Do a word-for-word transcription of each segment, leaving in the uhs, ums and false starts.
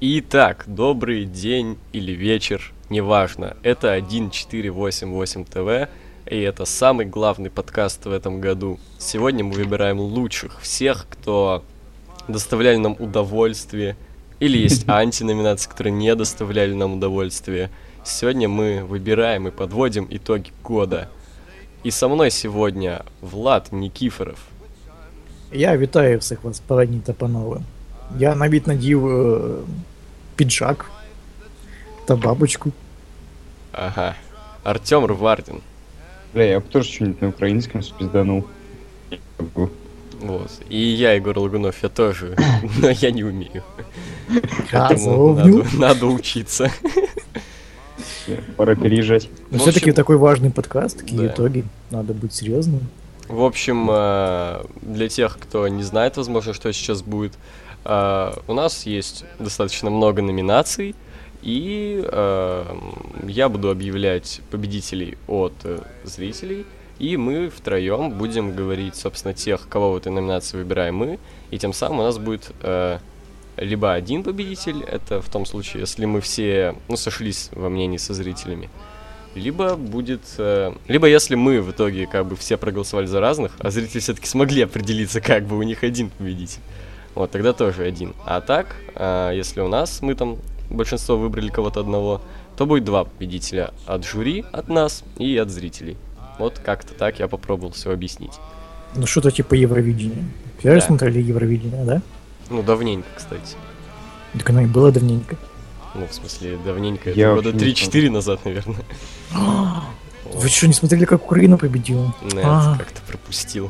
Итак, добрый день или вечер, неважно. Это тысяча четыреста восемьдесят восемь ТВ, и это самый главный подкаст в этом году. Сегодня мы выбираем лучших, всех, кто доставляли нам удовольствие, или есть антиноминации, которые не доставляли нам удовольствие. Сегодня мы выбираем и подводим итоги года. И со мной сегодня Влад Никифоров. Я вітаю всіх вас, парадні та панове. Я навіть надів е, піджак та бабочку. Ага. Артем Рвардин. Бля, я бы тоже что-нибудь на украинском спизданул. Вот. И я, Егор Лагунов, я тоже, но я не умею. Поэтому надо, надо учиться. Пора переезжать. Но все-таки такой важный подкаст, такие да. итоги. Надо быть серьезным. В общем, для тех, кто не знает, возможно, что сейчас будет, у нас есть достаточно много номинаций, и я буду объявлять победителей от зрителей, и мы втроем будем говорить, собственно, тех, кого в этой номинации выбираем мы, и тем самым у нас будет либо один победитель, это в том случае, если мы все, ну, сошлись во мнении со зрителями, либо будет... Э, либо если мы в итоге как бы все проголосовали за разных, а зрители все-таки смогли определиться, как бы у них один победитель. Вот, тогда тоже один. А так, э, если у нас, мы там большинство выбрали кого-то одного, то будет два победителя от жюри, от нас и от зрителей. Вот как-то так я попробовал все объяснить. Ну что-то типа Евровидения. Все да. смотрели Евровидение, да? Ну, давненько, кстати. Так оно и было давненько. Ну, в смысле, давненько, это Я года три-четыре назад, наверное. Вы что, не смотрели, как Украина победила? Нет, А. как-то пропустил.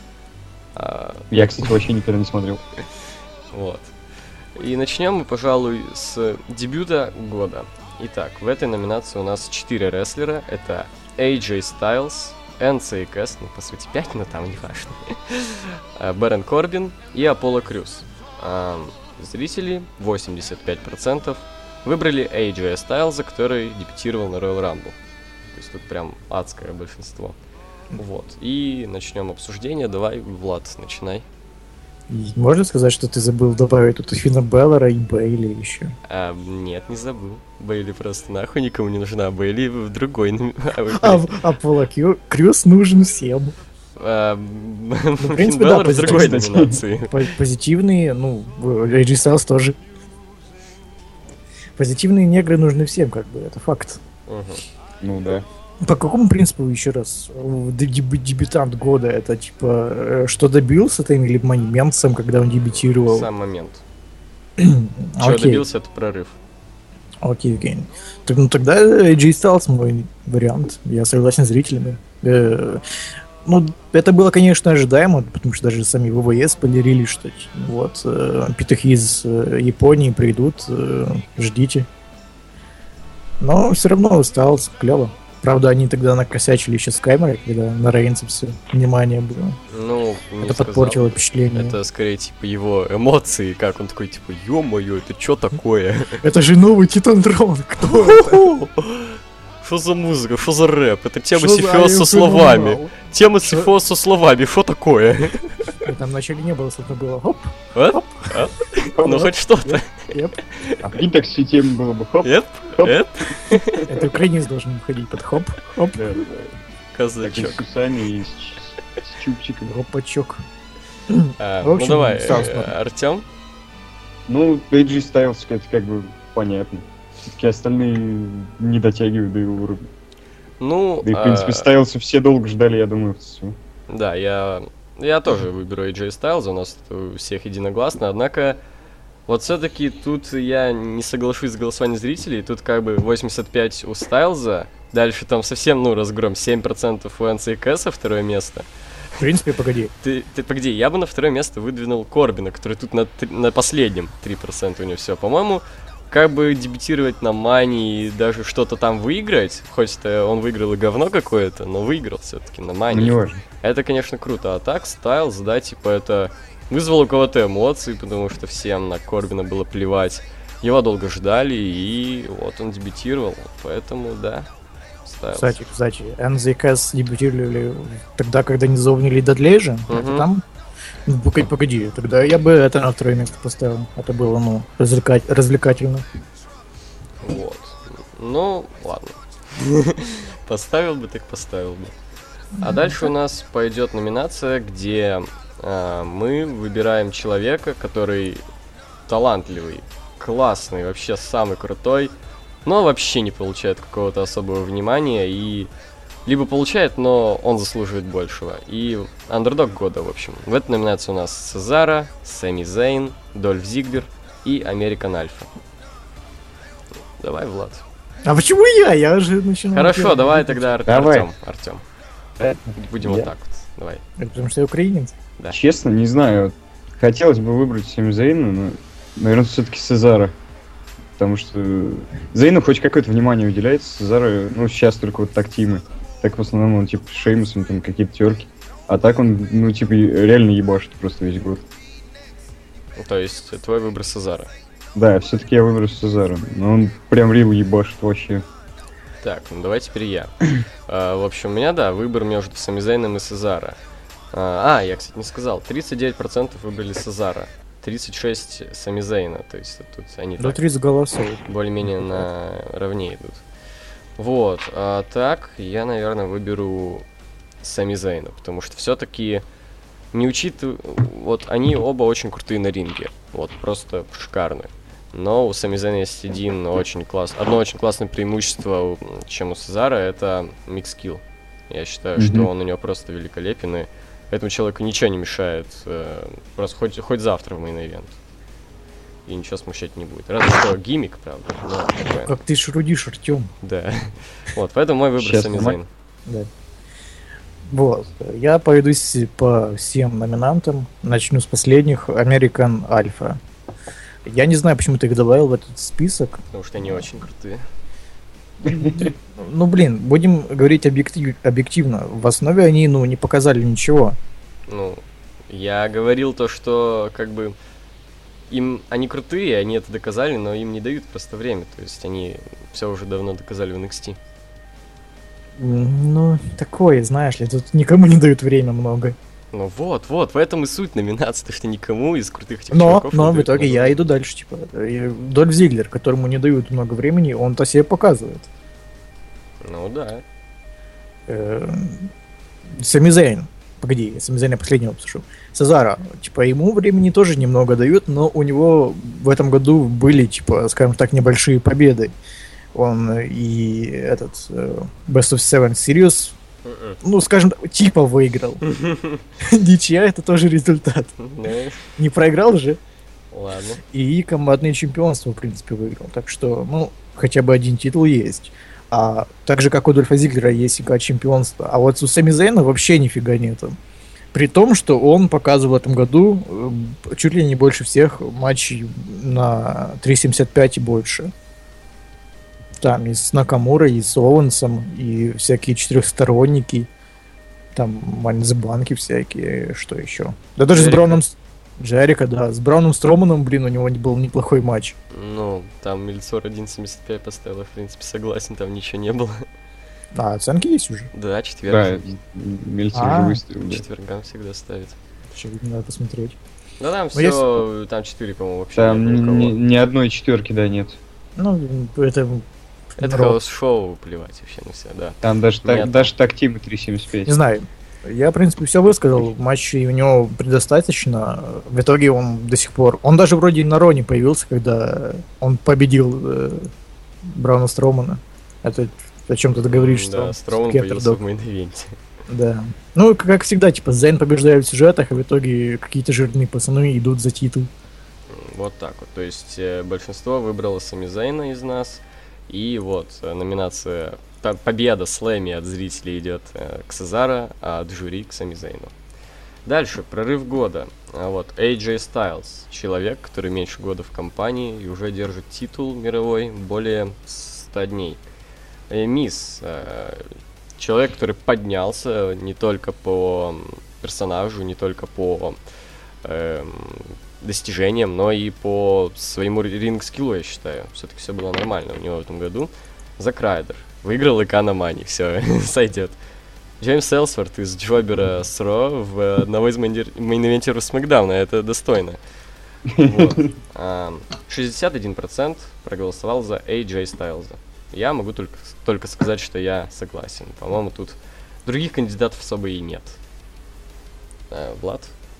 А, Я, кстати, вообще никогда не смотрел. Вот. И начнем мы, пожалуй, с дебюта года. Итак, в этой номинации у нас четыре рестлера. Это эй джей Styles, эн си кей эс, ну, по сути, пять, но там не важно. Бэрон Корбин и Аполло Крюс. Зрители, восемьдесят пять процентов, выбрали эй джей Styles, который дебютировал на Royal Rumble. То есть тут прям адское большинство. Вот. И начнем обсуждение. Давай, Влад, начинай. И можно сказать, что ты забыл добавить тут и Финна Беллера, и Бейли еще? А, нет, не забыл. Бейли просто нахуй никому не нужна. Бейли в другой... А Аполло Крюс нужен всем. Ну, в принципе, да, в другой номинации. Позитивные, ну, эй джей Styles тоже. Позитивные негры нужны всем, как бы, это факт. Ну да. По какому принципу, еще раз, дебю- дебютант года, это типа, что добился ты или момент сам, когда он дебютировал? Сам момент. Чего добился, это прорыв. Окей, окей. Так, ну тогда эй джей Styles мой вариант. Я согласен с зрителями. Э, ну, это было, конечно, ожидаемо, потому что даже сами ВВЕ спойлерили, что вот, э, петухи из э, Японии придут, э, ждите. Но все равно Styles клево. Правда, они тогда накосячили еще с камерой, когда на Рейнса все внимание было. Ну, это подпортило впечатление. Это скорее типа его эмоции, как он такой типа, ё-моё, это чё такое? Это же новый Титантрон, кто это? Что за музыка, что за рэп? Это тема Сифиос со словами. Тема Сифиос со словами, что такое? Там вначале не было, словно было хоп, хоп. Ну хоть что-то. А прикинь, так все темы было бы хоп, хоп. Это украинец должен ходить под хоп, хоп. Казачок. С усами и с чубчиком. Ропачок. Ну давай, Артём. Ну, эй джей Styles, это как бы понятно. Все-таки остальные не дотягивают до его уровня. Ну, да и, в принципе, Стайлса все долго ждали, я думаю, все. Да, я, я тоже выберу эй джей Styles, у нас у всех единогласно, однако вот все-таки тут я не соглашусь с голосованием зрителей, тут как бы восемьдесят пять у Стайлза, дальше там совсем, ну, разгром, семь процентов у эн си кей эс, второе место. В принципе, погоди. Ты, ты погоди, я бы на второе место выдвинул Корбина, который тут на, на последнем три процента у него все, по-моему. Как бы дебютировать на Мани и даже что-то там выиграть, хоть он выиграл и говно какое-то, но выиграл все-таки на Мани. Не важно. Это, конечно, круто. А так, Styles, да, типа это вызвало у кого-то эмоции, потому что всем на Корбина было плевать. Его долго ждали, и вот он дебютировал, поэтому, да, Styles. Кстати, кстати, эн зэ кей эс дебютировали тогда, когда не заувнили Дадлей же, uh-huh. это там Ну, погоди, погоди, тогда я бы это на второе место поставил. Это было, ну, развлекать, развлекательно. Вот. Ну, ладно. Поставил бы, так поставил бы. А дальше у нас пойдет номинация, где э, мы выбираем человека, который талантливый, классный, вообще самый крутой, но вообще не получает какого-то особого внимания и либо получает, но он заслуживает большего. И андердог года, в общем. В этой номинации у нас Сезара, Сами Зейн, Дольф Зиглер и Американ Альфа. Давай, Влад. А почему я? Я уже начинаю... Хорошо, давай тогда Ар- Давай. Артем. Артем. Будем Я? вот так вот. Давай. Это потому что я украинец. Да. Честно, не знаю. Вот хотелось бы выбрать Сами Зейна, но, наверное, все-таки Сезара. Потому что Зейну хоть какое-то внимание уделяется, Сезара, ну, сейчас только вот так тимы. Так в основном он, типа, с Шеймусом, там, какие-то терки. А так он, ну, типа, реально ебашит просто весь год. То есть твой выбор Сезара. Да, все-таки я выберу Сезара. Но он прям рил ебашит вообще. Так, ну давай теперь я. А, в общем, у меня, да, выбор между Сами Зейном и Сезара. А, а, я, кстати, не сказал. тридцать девять процентов выбрали Сезара. тридцать шесть процентов Сами Зейна. То есть тут они До так тридцать голосов. более-менее на равне идут. Вот, а так я, наверное, выберу Сами Зейна, потому что все-таки не учитывая... Вот они оба очень крутые на ринге. Вот, просто шикарные. Но у Сами Зейна есть один очень класс... Одно очень классное преимущество, чем у Сезара, это микс-скилл. Я считаю, Мгм. что он у него просто великолепен, и этому человеку ничего не мешает. э, Просто хоть, хоть завтра в мейн-ивент. И ничего смущать не будет. Разве что гиммик, правда. Но такое. Как ты шрудишь, Артем. Да. Вот, поэтому мой выбор Сейчас Сами нормально. Зейн. Да. Вот. Я пройдусь по всем номинантам. Начну с последних. Американ Альфа. Я не знаю, почему ты их добавил в этот список. Потому что они очень крутые. Ну, блин, будем говорить объектив- объективно. В основе они, ну, не показали ничего. Ну, я говорил то, что как бы им они крутые, они это доказали, но им не дают просто время. То есть они все уже давно доказали в эн экс ти. М, Ну, такое, знаешь ли, тут никому не дают время много. Ну вот, вот, в этом и суть номинации, то что никому из крутых этих Но, чуваков не но в дают итоге много я времени. иду дальше, типа. И Дольф Зиглер, которому не дают много времени, он-то себе показывает. Ну да. Эм, Сами Зейн. Погоди, Сами Зейн я последнего обсужу. Сезара, типа, ему времени тоже немного дают, но у него в этом году были, типа, скажем так, небольшие победы. Он и этот э, Best of Seven Series, Мгм. ну, скажем так, типа выиграл. Ничья — это тоже результат. Ну, Не проиграл же. ладно. И командное чемпионство, в принципе, выиграл. Так что, ну, хотя бы один титул есть. А так же, как у Дольфа Зиглера есть ика чемпионство. А вот у Сами Зейна вообще нифига нету. При том, что он показывал в этом году э, чуть ли не больше всех матчей на три семьдесят пять и больше. Там и с Накамурой, и с Оуэнсом, и всякие четырехсторонники. Там Манзбанки всякие, что еще. Да даже с Джерика. Брауном... С- Джерика, да. С Брауном Строманом, блин, у него был неплохой матч. Ну, там Мельцор один семьдесят пять поставил, я, в принципе, согласен, там ничего не было. А, оценки есть уже? Да, Да, четверг. Мельцер А. уже выставил, да. Четвергам всегда ставит. Сейчас надо посмотреть. Да там Ну, все, там четыре, по-моему, вообще Там нет ни, никого. ни одной четверки, да, нет. Ну, это... Это рок. хаос-шоу, плевать вообще на все, да. Там даже, так, Нет. даже так тимы три семьдесят пять. Не знаю. Я, в принципе, все высказал. Матчей у него предостаточно. В итоге он до сих пор... Он даже вроде и на Роне появился, когда он победил э, Брауна Строумана. Это о чем ты говоришь, что Да, он Строун всё-таки появился в андердог. мейн-ивенте. Да. Ну, как, как всегда, типа, Зейн побеждает в сюжетах, и в итоге какие-то жирные пацаны идут за титул. Вот так вот. То есть э, большинство выбрало Сами Зейна из нас. И вот э, номинация по- победа слэми от зрителей идет э, к Сезара, а от жюри к Сами Зейну. Дальше, прорыв года. А вот эй джей Styles, человек, который меньше года в компании и уже держит титул мировой более ста дней. Э, Мисс, э, человек, который поднялся не только по м, персонажу, не только по эм, достижениям, но и по своему ринг-скиллу, я считаю. Все-таки все было нормально у него в этом году. Зак Райдер. Выиграл ИК на Мани, все, сойдет. Джеймс Элсворт из Джобера с Ро в одного из мейн-ивентеров Смэкдауна. Это достойно. Вот. А, шестьдесят один процент проголосовал за эй джей Стайлза. Я могу только, только сказать, что я согласен. По-моему, тут других кандидатов особо и нет. А, Влад?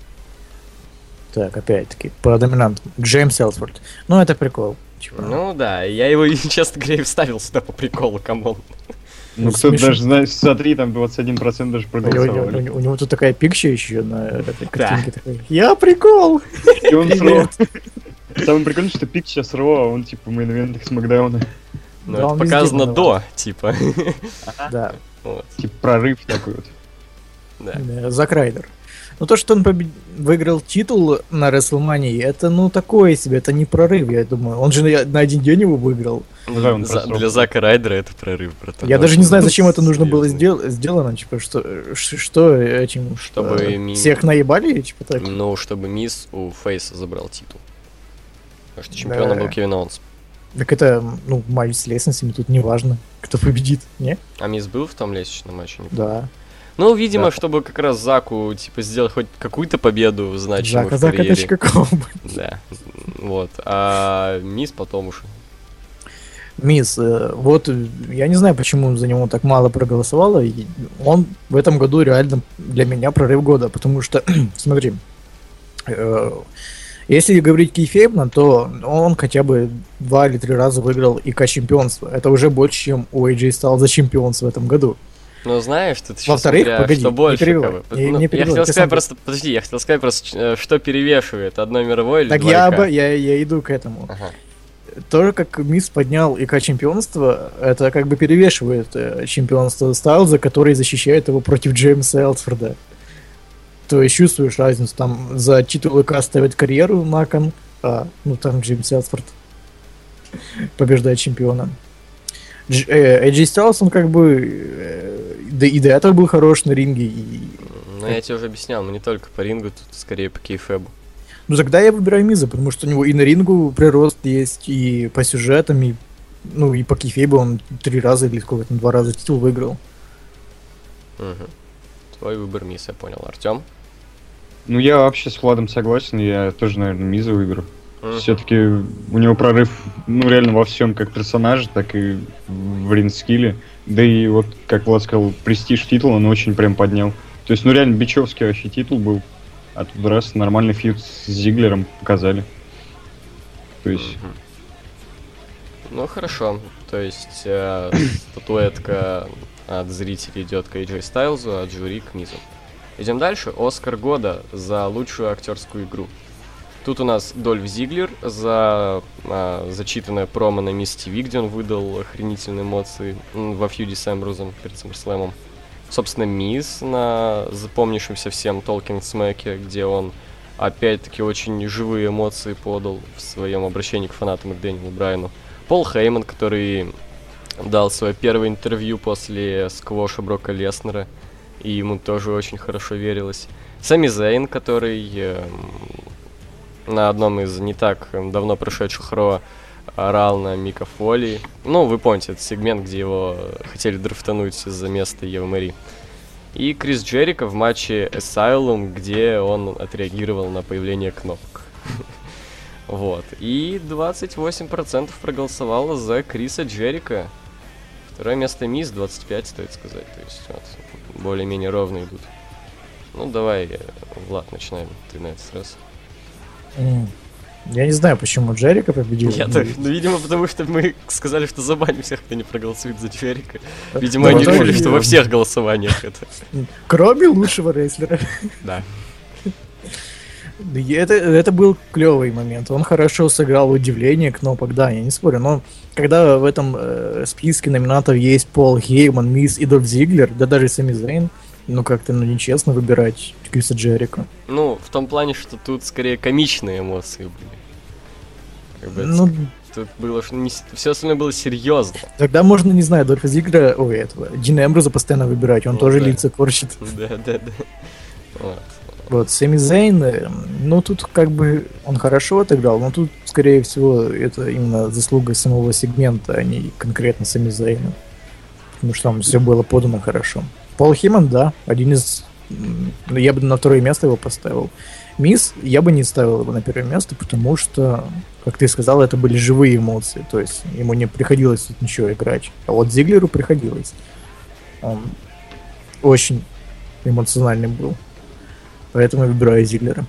Так, опять-таки, по доминантам. Джеймс Элсворт. Ну, это прикол. Чего? Ну да, я его, честно говоря, и вставил сюда по приколу, камон. Ну, кто-то даже, знаешь, смотри, там двадцать один процент даже У него, у, проголосовали. него, у него тут такая пикча еще на этой картинке. Такой, я прикол! И он с Ро. Самое прикольное, что пик сейчас Ро, а он типа в мейн-ивентах Смэкдауна. Ну, Да, это он везде показано виноват. до, типа. Да, Вот, Типа прорыв такой вот. да. да, Зак Райдер. Ну, то, что он побед... выиграл титул на WrestleMania, это, ну, такое себе, это не прорыв, я думаю. Он же на, на один день его выиграл. Да, он За- просрал. для Зака Райдера это прорыв, братан. Я даже не знаю, зачем это нужно было Серьезно. сдел- сделано, типа, что, ш- что этим, Чтобы что, ми- всех наебали, типа так. Ну, чтобы Мисс у Фейса забрал титул. Потому что чемпионом Да. был Кевин Оуэнс. Так это, ну, матч с лестницами, тут не важно, кто победит, не? А Мисс был в том лестничном матче? Не помню. Да. Ну, видимо, Да. чтобы как раз Заку, типа, сделать хоть какую-то победу значимую Зака, в Зака, карьере. это какого бы. Да. Вот. А Мисс потом уж. Мисс, э, вот э, я не знаю, почему за него так мало проголосовало. и Он в этом году реально для меня прорыв года, потому что, смотри, э, если говорить кейфейбно, то он хотя бы два или три раза выиграл ИК чемпионство. Это уже больше, чем у эй джей стал за чемпионство в этом году. Ну, знаешь, тут еще Во-вторых, смотря, погоди, что не больше перебивай, кого. не- Ну, не я перебивай, хотел ты сказать сам просто, подожди, я хотел сказать просто, э, что перевешивает, одно мировое или Так два я, ИК? оба- я, я иду к этому. Ага. То, как Мисс поднял ИК чемпионство, это как бы перевешивает э, чемпионство Стайлза, который защищает его против Джеймса Элсфорда. То есть чувствуешь разницу, там за титул ИК ставят карьеру на кон, а ну там Джеймс Элсфорд побеждает чемпиона. Дж- э, Эйджей Стайлз, он как бы э, да и до этого был хорош на ринге. И... Ну, я тебе уже объяснял, мы не только по рингу, тут скорее по кейфэбу. Ну тогда я выбираю Миза, потому что у него и на рингу прирост есть, и по сюжетам, и ну и по кейфейбу он три раза или сколько там, два раза титул выиграл. Угу. Твой выбор, Мисс, я понял. Артем? Ну, я вообще с Владом согласен, я тоже, наверное, Миза выберу. Мгм. Все-таки у него прорыв, ну, реально во всем, как персонажа, так и в ринг-скилле. Да и вот, как Влад сказал, престиж титула он очень прям поднял. То есть, ну, реально, бичевский вообще титул был. А тут раз нормальный фьюд с Зиглером показали. То есть, Мгм. Ну, хорошо. То есть, э, статуэтка от зрителей идет к эй джей Стайлзу, а жюри к Мизу. Идем дальше. Оскар года за лучшую актерскую игру. Тут у нас Дольф Зиглер за а, зачитанное промо на Мисс ти ви, где он выдал охренительные эмоции м, во фьюде с Эмбрузом перед SummerSlam'ом. Собственно, Мисс на запомнившемся всем Talking Smack'е, где он опять-таки очень живые эмоции подал в своем обращении к фанатам и к Дэниелу Брайану. Пол Хейман, который дал свое первое интервью после сквоша Брока Леснера, и ему тоже очень хорошо верилось. Сами Зейн, который эм, на одном из не так эм, давно прошедших Ро орал на Мика Фоли. Ну, вы помните, этот сегмент, где его хотели драфтануть из-за места Евы Мэри. И Крис Джерико в матче Asylum, где он отреагировал на появление кнопок. Вот. И двадцать восемь процентов проголосовало за Криса Джерико. Второе место Мисс, двадцать пять, стоит сказать. То есть, вот, более-менее ровно идут. Ну, давай, э, Влад, начинаем. Ты на этот раз. М. Я не знаю, почему Джерика победил. Я Ну, так, ну, видимо, потому что мы сказали, что забаним всех, кто не проголосует за Джерика. Видимо, Ну, они в итоге- решили, что во всех голосованиях это. Кроме лучшего рестлера. Да. Да и Это, это был клевый момент. Он хорошо сыграл удивление кнопок, да, я не спорю. Но когда в этом э, списке номинатов есть Пол Хейман, Мисс и Дольф Зиглер, да даже Сами Зейн, ну как-то ну, нечестно выбирать Криса Джерико. Ну, в том плане, что тут скорее комичные эмоции были. Как бы Ну, тут было, что не, все остальное было серьезно. тогда можно, не знаю, Дольфа Зиглера, ой, этого, Дина Эмбруза постоянно выбирать, он Ну тоже да. лица корчит. Да, да, да. Вот. Вот, Сами Зейн, э, ну тут как бы он хорошо отыграл, но тут, скорее всего, это именно заслуга самого сегмента, а не конкретно Сами Зейна. Потому что там все было подано хорошо. Пол Хейман, да, один из... м, ну, я бы на второе место его поставил. Мисс я бы не ставил его на первое место, потому что, как ты сказал, это были живые эмоции. То есть ему не приходилось тут ничего играть. А вот Зиглеру приходилось. Он очень эмоциональный был. Поэтому я выбираю Зиглера.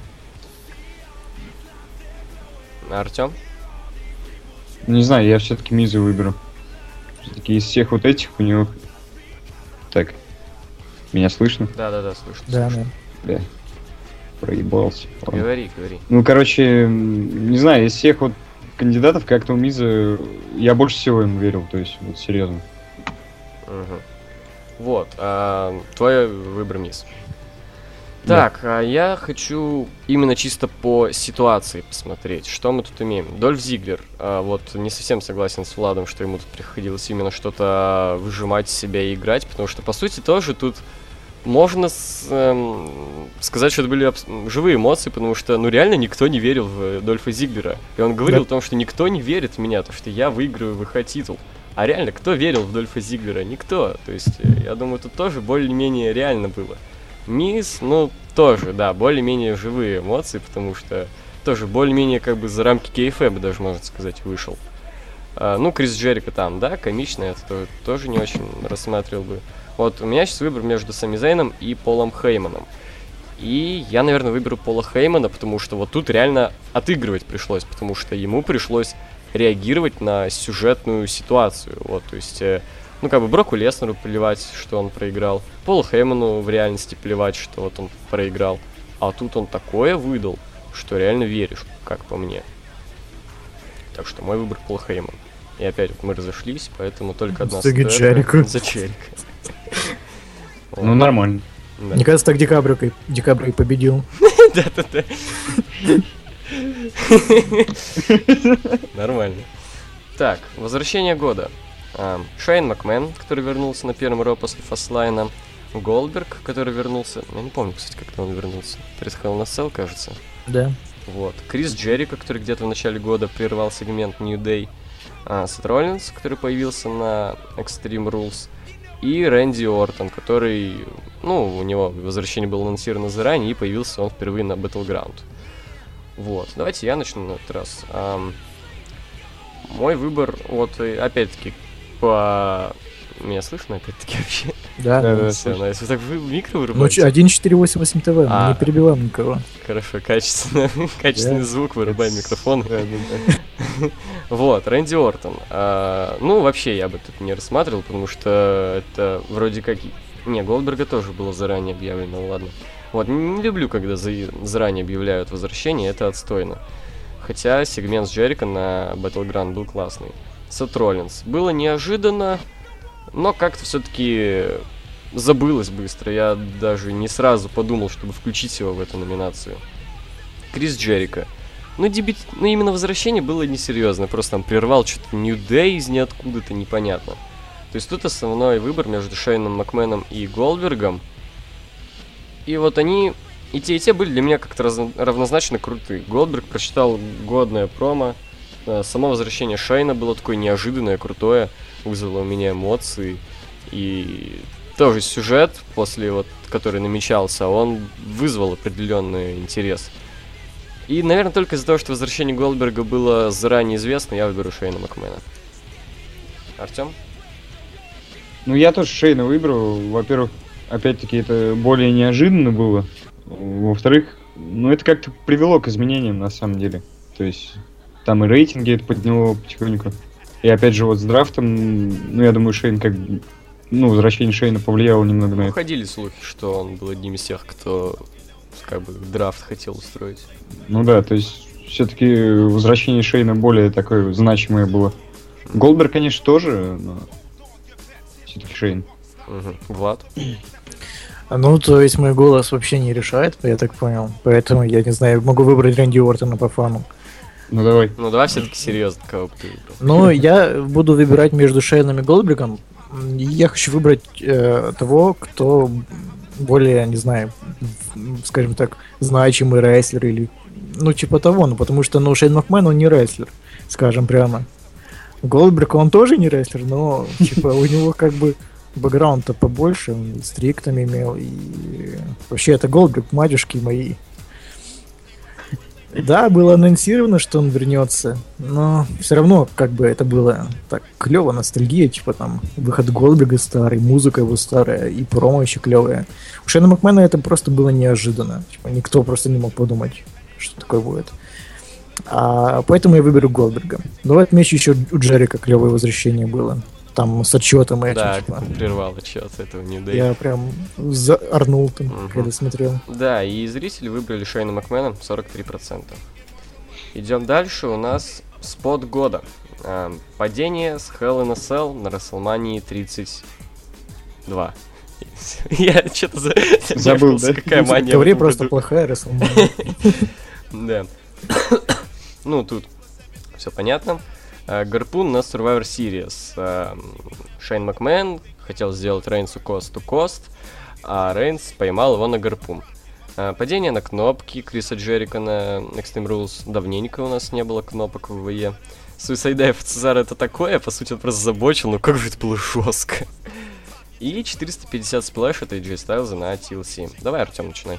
Артем? Не знаю, я все-таки Мизу выберу. Все-таки из всех вот этих у него... Так, меня слышно? Да-да-да, слышно. Да, слышно. да. Да. Проебался. Ладно. Говори, говори. Ну, короче, м, не знаю, из всех вот кандидатов как-то у Миза я больше всего ему верил, то есть, вот серьезно. Мгм. Вот, а, твой выбор, Мисс. Да. Так, а я хочу именно чисто по ситуации посмотреть, что мы тут имеем. Дольф Зиглер, а, вот не совсем согласен с Владом, что ему тут приходилось именно что-то выжимать из себя и играть, потому что, по сути, тоже тут можно с- эм, сказать, что это были абс- живые эмоции, потому что, ну, реально никто не верил в Дольфа Зиглера. И он говорил Да. о том, что никто не верит в меня, то, что я выиграю вэ ха титул. А реально, кто верил в Дольфа Зиглера? Никто. То есть, э, я думаю, тут тоже более-менее реально было. Мисс, ну, тоже, да, более-менее живые эмоции, потому что тоже более-менее как бы за рамки кей эф эм даже, можно сказать, вышел. А, ну, Крис Джерико там, да, комично, это то- тоже не очень рассматривал бы. Вот, у меня сейчас выбор между Сами Зейном и Полом Хейманом. И я, наверное, выберу Пола Хеймана, потому что вот тут реально отыгрывать пришлось, потому что ему пришлось реагировать на сюжетную ситуацию. Вот, то есть, э, ну, как бы Броку Леснеру плевать, что он проиграл. Полу Хейману в реальности плевать, что вот он проиграл. А тут он такое выдал, что реально веришь, как по мне. Так что мой выбор Пол Хейман. И опять вот мы разошлись, поэтому только одна За статуэтка Джерико. за Джерико. Ну, нормально. Да. Мне кажется, так Декабрь, Декабрь и победил. Да-да-да. Нормально. Так, возвращение года. А, Шейн Макмен, который вернулся на первом Ро после Фастлайна. Голдберг, который вернулся... Я не помню, кстати, как он вернулся. Перед Hell in a Cell, кажется. Да. Вот. Крис Джерико, который где-то в начале года прервал сегмент New Day. А, Сет Роллинс, который появился на Extreme Rules. И Рэнди Ортон, который... Ну, у него возвращение было анонсировано заранее, и появился он впервые на Battleground. Вот. Давайте я начну на этот раз. Ам, Мой выбор, вот, и опять-таки, по... Меня слышно опять-таки вообще? Да. Да, да. Все, ну, если так вы микро Ну, вырубаете, че, один четыре восемь восемь тэ вэ, мы А. не перебиваем никого. хорошо, качественно, качественный Да. звук, вырубаем микрофон. Да, да, да. Вот, Рэнди Ортон. А, ну, вообще, я бы тут не рассматривал, потому что это вроде как... Не, Голдберга тоже было заранее объявлено, ну ладно. Вот, не люблю, когда за... заранее объявляют возвращение, это отстойно. Хотя сегмент с Джерико на Battleground был классный. Сет Роллинс. Было неожиданно, но как-то все-таки забылось быстро. Я даже не сразу подумал, чтобы включить его в эту номинацию. Крис Джерико. Ну, дебют, ну, именно возвращение было несерьезно. Просто там прервал что-то New Day из ниоткуда-то, непонятно. То есть тут основной выбор между Шейном Макменом и Голдбергом. И вот они, и те, и те были для меня как-то раз, равнозначно круты. Голдберг прочитал годное промо. э, Само возвращение Шейна было такое неожиданное, крутое. Вызвало у меня эмоции. И тоже сюжет, после вот, который намечался, он вызвал определенный интерес. И, наверное, только из-за того, что возвращение Голдберга было заранее известно, я выберу Шейна Макмена. Артем? Ну, я тоже Шейна выбрал. Во-первых, опять-таки, это более неожиданно было. Во-вторых, ну, это как-то привело к изменениям, на самом деле. То есть, там и рейтинги это подняло потихоньку. И опять же, вот с драфтом, ну, я думаю, Шейн как... Ну, возвращение Шейна повлияло немного на Ну, это. ходили слухи, что он был одним из тех, кто как бы драфт хотел устроить. Ну да, то есть, все-таки возвращение Шейна более такое значимое было. Голдберг, конечно, тоже, но... Все-таки Шейн. Мгм. Влад? Ну, то есть мой голос вообще не решает, я так понял. Поэтому, я не знаю, могу выбрать Рэнди Ортона по фану. Ну давай. Ну, давай все-таки серьезно, кого бы ты выбрал. Но я буду выбирать между Шейном и Голдбергом. М, Я хочу выбрать э, того, кто более, не знаю, м, скажем так, значимый рестлер или... Ну, типа того, ну, потому что, ну, Шейн Макмен, он не рестлер, скажем прямо. Голдберг, он тоже не рестлер, но, типа, у него как бы бэкграунд-то побольше, он и стрик там имел, и вообще это Голдберг, матюшки мои. Да, было анонсировано, что он вернется, но все равно, как бы это было так клево, ностальгия, типа там выход Голдберга старый, музыка его старая, и промо еще клевая. У Шейна Макмена это просто было неожиданно. Типа, никто просто не мог подумать, что такое будет. А, поэтому я выберу Голдберга. Но в этом матче еще у Джерика клевое возвращение было. Там с отчетом этим. Да, типа. прервал отчет, этого не дает. Я прям заорнул там, Мгм. когда смотрел. Да, и зрители выбрали Шейна Макмена сорок три процента. Идем дальше, у нас спот года. А, падение с Hell in a Cell на WrestleMania тридцать два. Я что-то за... Забыл, да? Какая В мания. в ковре этом просто году. плохая WrestleMania. Да. Ну, тут все понятно. А, Гарпун на Survivor Series. А, Шейн Макмен хотел сделать Рейнсу Coast to Coast, а Рейнс поймал его на гарпун. А, Падение на кнопки Криса Джерика на Extreme Rules. Давненько у нас не было кнопок в ВВЕ. Suicide Dive Цезарь это такое, по сути он просто забочил, но как же это было жестко. И четыреста пятьдесят сплэш от эй джей Styles на ти эл си. Давай, Артем, начинай.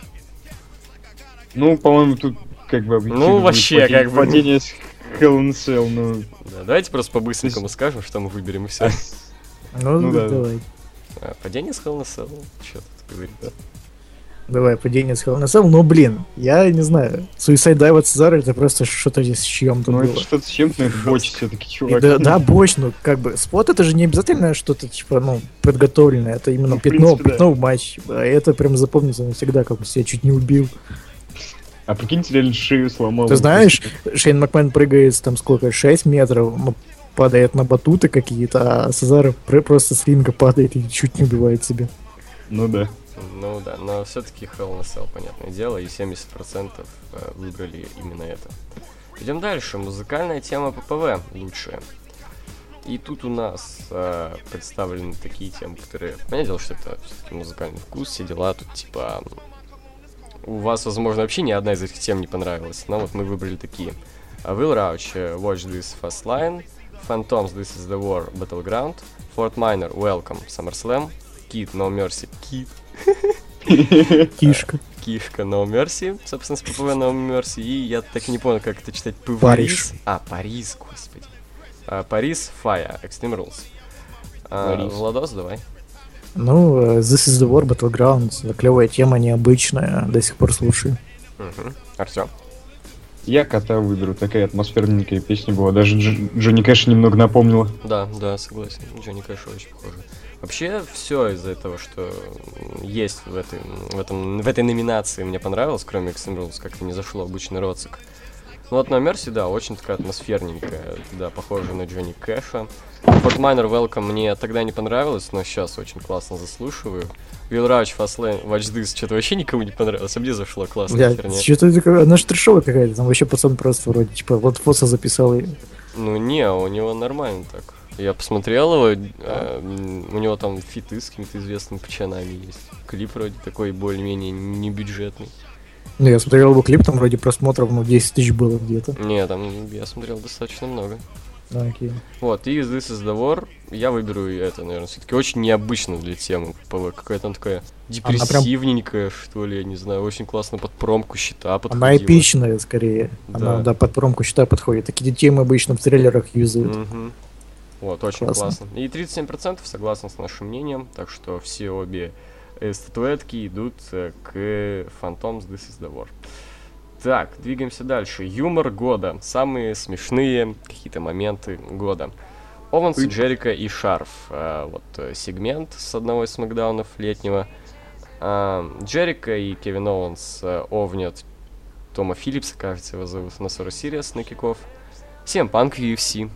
Ну, по-моему, тут как бы объективно Ну, будет вообще, падение- как бы. Падение с Hell in a Cell, ну... Да, давайте просто по-быстренькому скажем, что мы выберем, и все. Ну, Ну да. давай. Падение с Hell in a Cell, что тут говорить, да. Давай, падение с Hell in a Cell. Но, блин, я не знаю. Suicide Dive от Цезаря это просто что-то здесь с чем-то Ну, было. это что-то с чем-то, но это боч все-таки, И чувак. да, да, боч, ну, как бы, спот это же не обязательно что-то, типа, ну, подготовленное, это именно Ну, в пятно, принципе, да. пятно в матч. А это прям запомнится навсегда, как он себя чуть не убил. А прикиньте, реально шею сломал. Ты знаешь, Шейн Макмен прыгает там сколько, шесть метров, ну, падает на батуты какие-то, а Сезаро пр- просто с ринга падает и чуть не убивает себя. Ну да. Ну да, но все-таки Hell in a Cell, понятное дело, и семьдесят процентов э, выбрали именно это. Идем дальше. Музыкальная тема ППВ лучшая. И тут у нас э, представлены такие темы, которые... Понятное дело, что это все-таки музыкальный вкус, все дела. Тут типа... У вас, возможно, вообще ни одна из этих тем не понравилась, но вот мы выбрали такие. А Will Rauch, э, Watch This Fast Line, Phantoms, This Is The War, Battleground, Fort Minor, Welcome, SummerSlam, Kid, No Mercy, Kid, Кишка. Кишка, No Mercy, собственно, с ППВ No Mercy, и я так и не понял, как это читать, Париж. Париж. А, Парис, господи. А, Парис, Fire, Extreme Rules. А, Парис. Владос, давай. Ну, э, This is the War, Battlegrounds. Клевая тема, необычная, до сих пор слушаю. Угу. Артем. Я кота выберу, такая атмосферненькая песня была. Даже Дж- Джонни Кэш немного напомнила. Да, да, согласен. Джонни Кэш очень похоже. Вообще, все из-за этого, что есть в этой, в, этом, в этой номинации, мне понравилось, кроме Extreme Rules, как-то не зашло обычный Роцик. Ну вот на Мерси, да, очень такая атмосферненькая, да, похожа на Джонни Кэша. Fort Minor Welcome мне тогда не понравилось, но сейчас очень классно заслушиваю. Will Rauch, Fastlane, Watch This, что-то вообще никому не понравилось, а мне зашло, классная Бля, херня. что-то такое, она же трешовая какая-то, там вообще пацан просто вроде, типа, вот фото записал и... Ну не, у него нормально так. Я посмотрел его, э, у него там фиты с какими-то известными пацанами есть. Клип вроде такой более-менее небюджетный. Ну, я смотрел его клип, там вроде просмотров, ну, десять тысяч было где-то. Не, там я смотрел достаточно много. Да, окей. Вот, и This is the War я выберу и это, наверное, все-таки очень необычно для темы ПВ. Какая-то она такая депрессивненькая, что ли, я не знаю, очень классно под промку щита подходила. Она эпичная, скорее. Да. Она, да, под промку счета подходит. Такие темы обычно в трейлерах юзают. Мгм. Вот, очень Классно. классно. И тридцать семь процентов согласны с нашим мнением, так что все обе э, статуэтки идут э, к Phantoms This is the War. Так, двигаемся дальше. Юмор года. Самые смешные какие-то моменты года. Ованс, Ой. Джерика и Шарф. А, вот э, сегмент с одного из смакдаунов летнего. А, Джерика и Кевин Оуэнс э, овнят Тома Филлипса, кажется, его зовут, на Сурвивор Series на киков. си эм Punk ю эф си.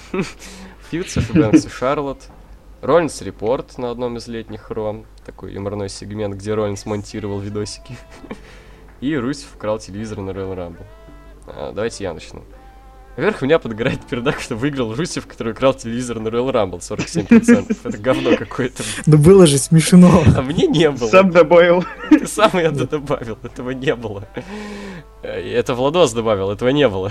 Фьюд Софи Бэнкс и Шарлотт. Роллинс Репорт на одном из летних Ро. Такой юморной сегмент, где Роллинс монтировал видосики. И Русев украл телевизор на Royal Rumble. А, давайте я начну. Во-первых, у меня подгорает пердак, что выиграл Русев, который украл телевизор на Royal Rumble, сорок семь процентов. Это говно какое-то. Ну было же смешно. А мне не было. Сам добавил. Ты сам я добавил, этого не было. Это Владос добавил, этого не было.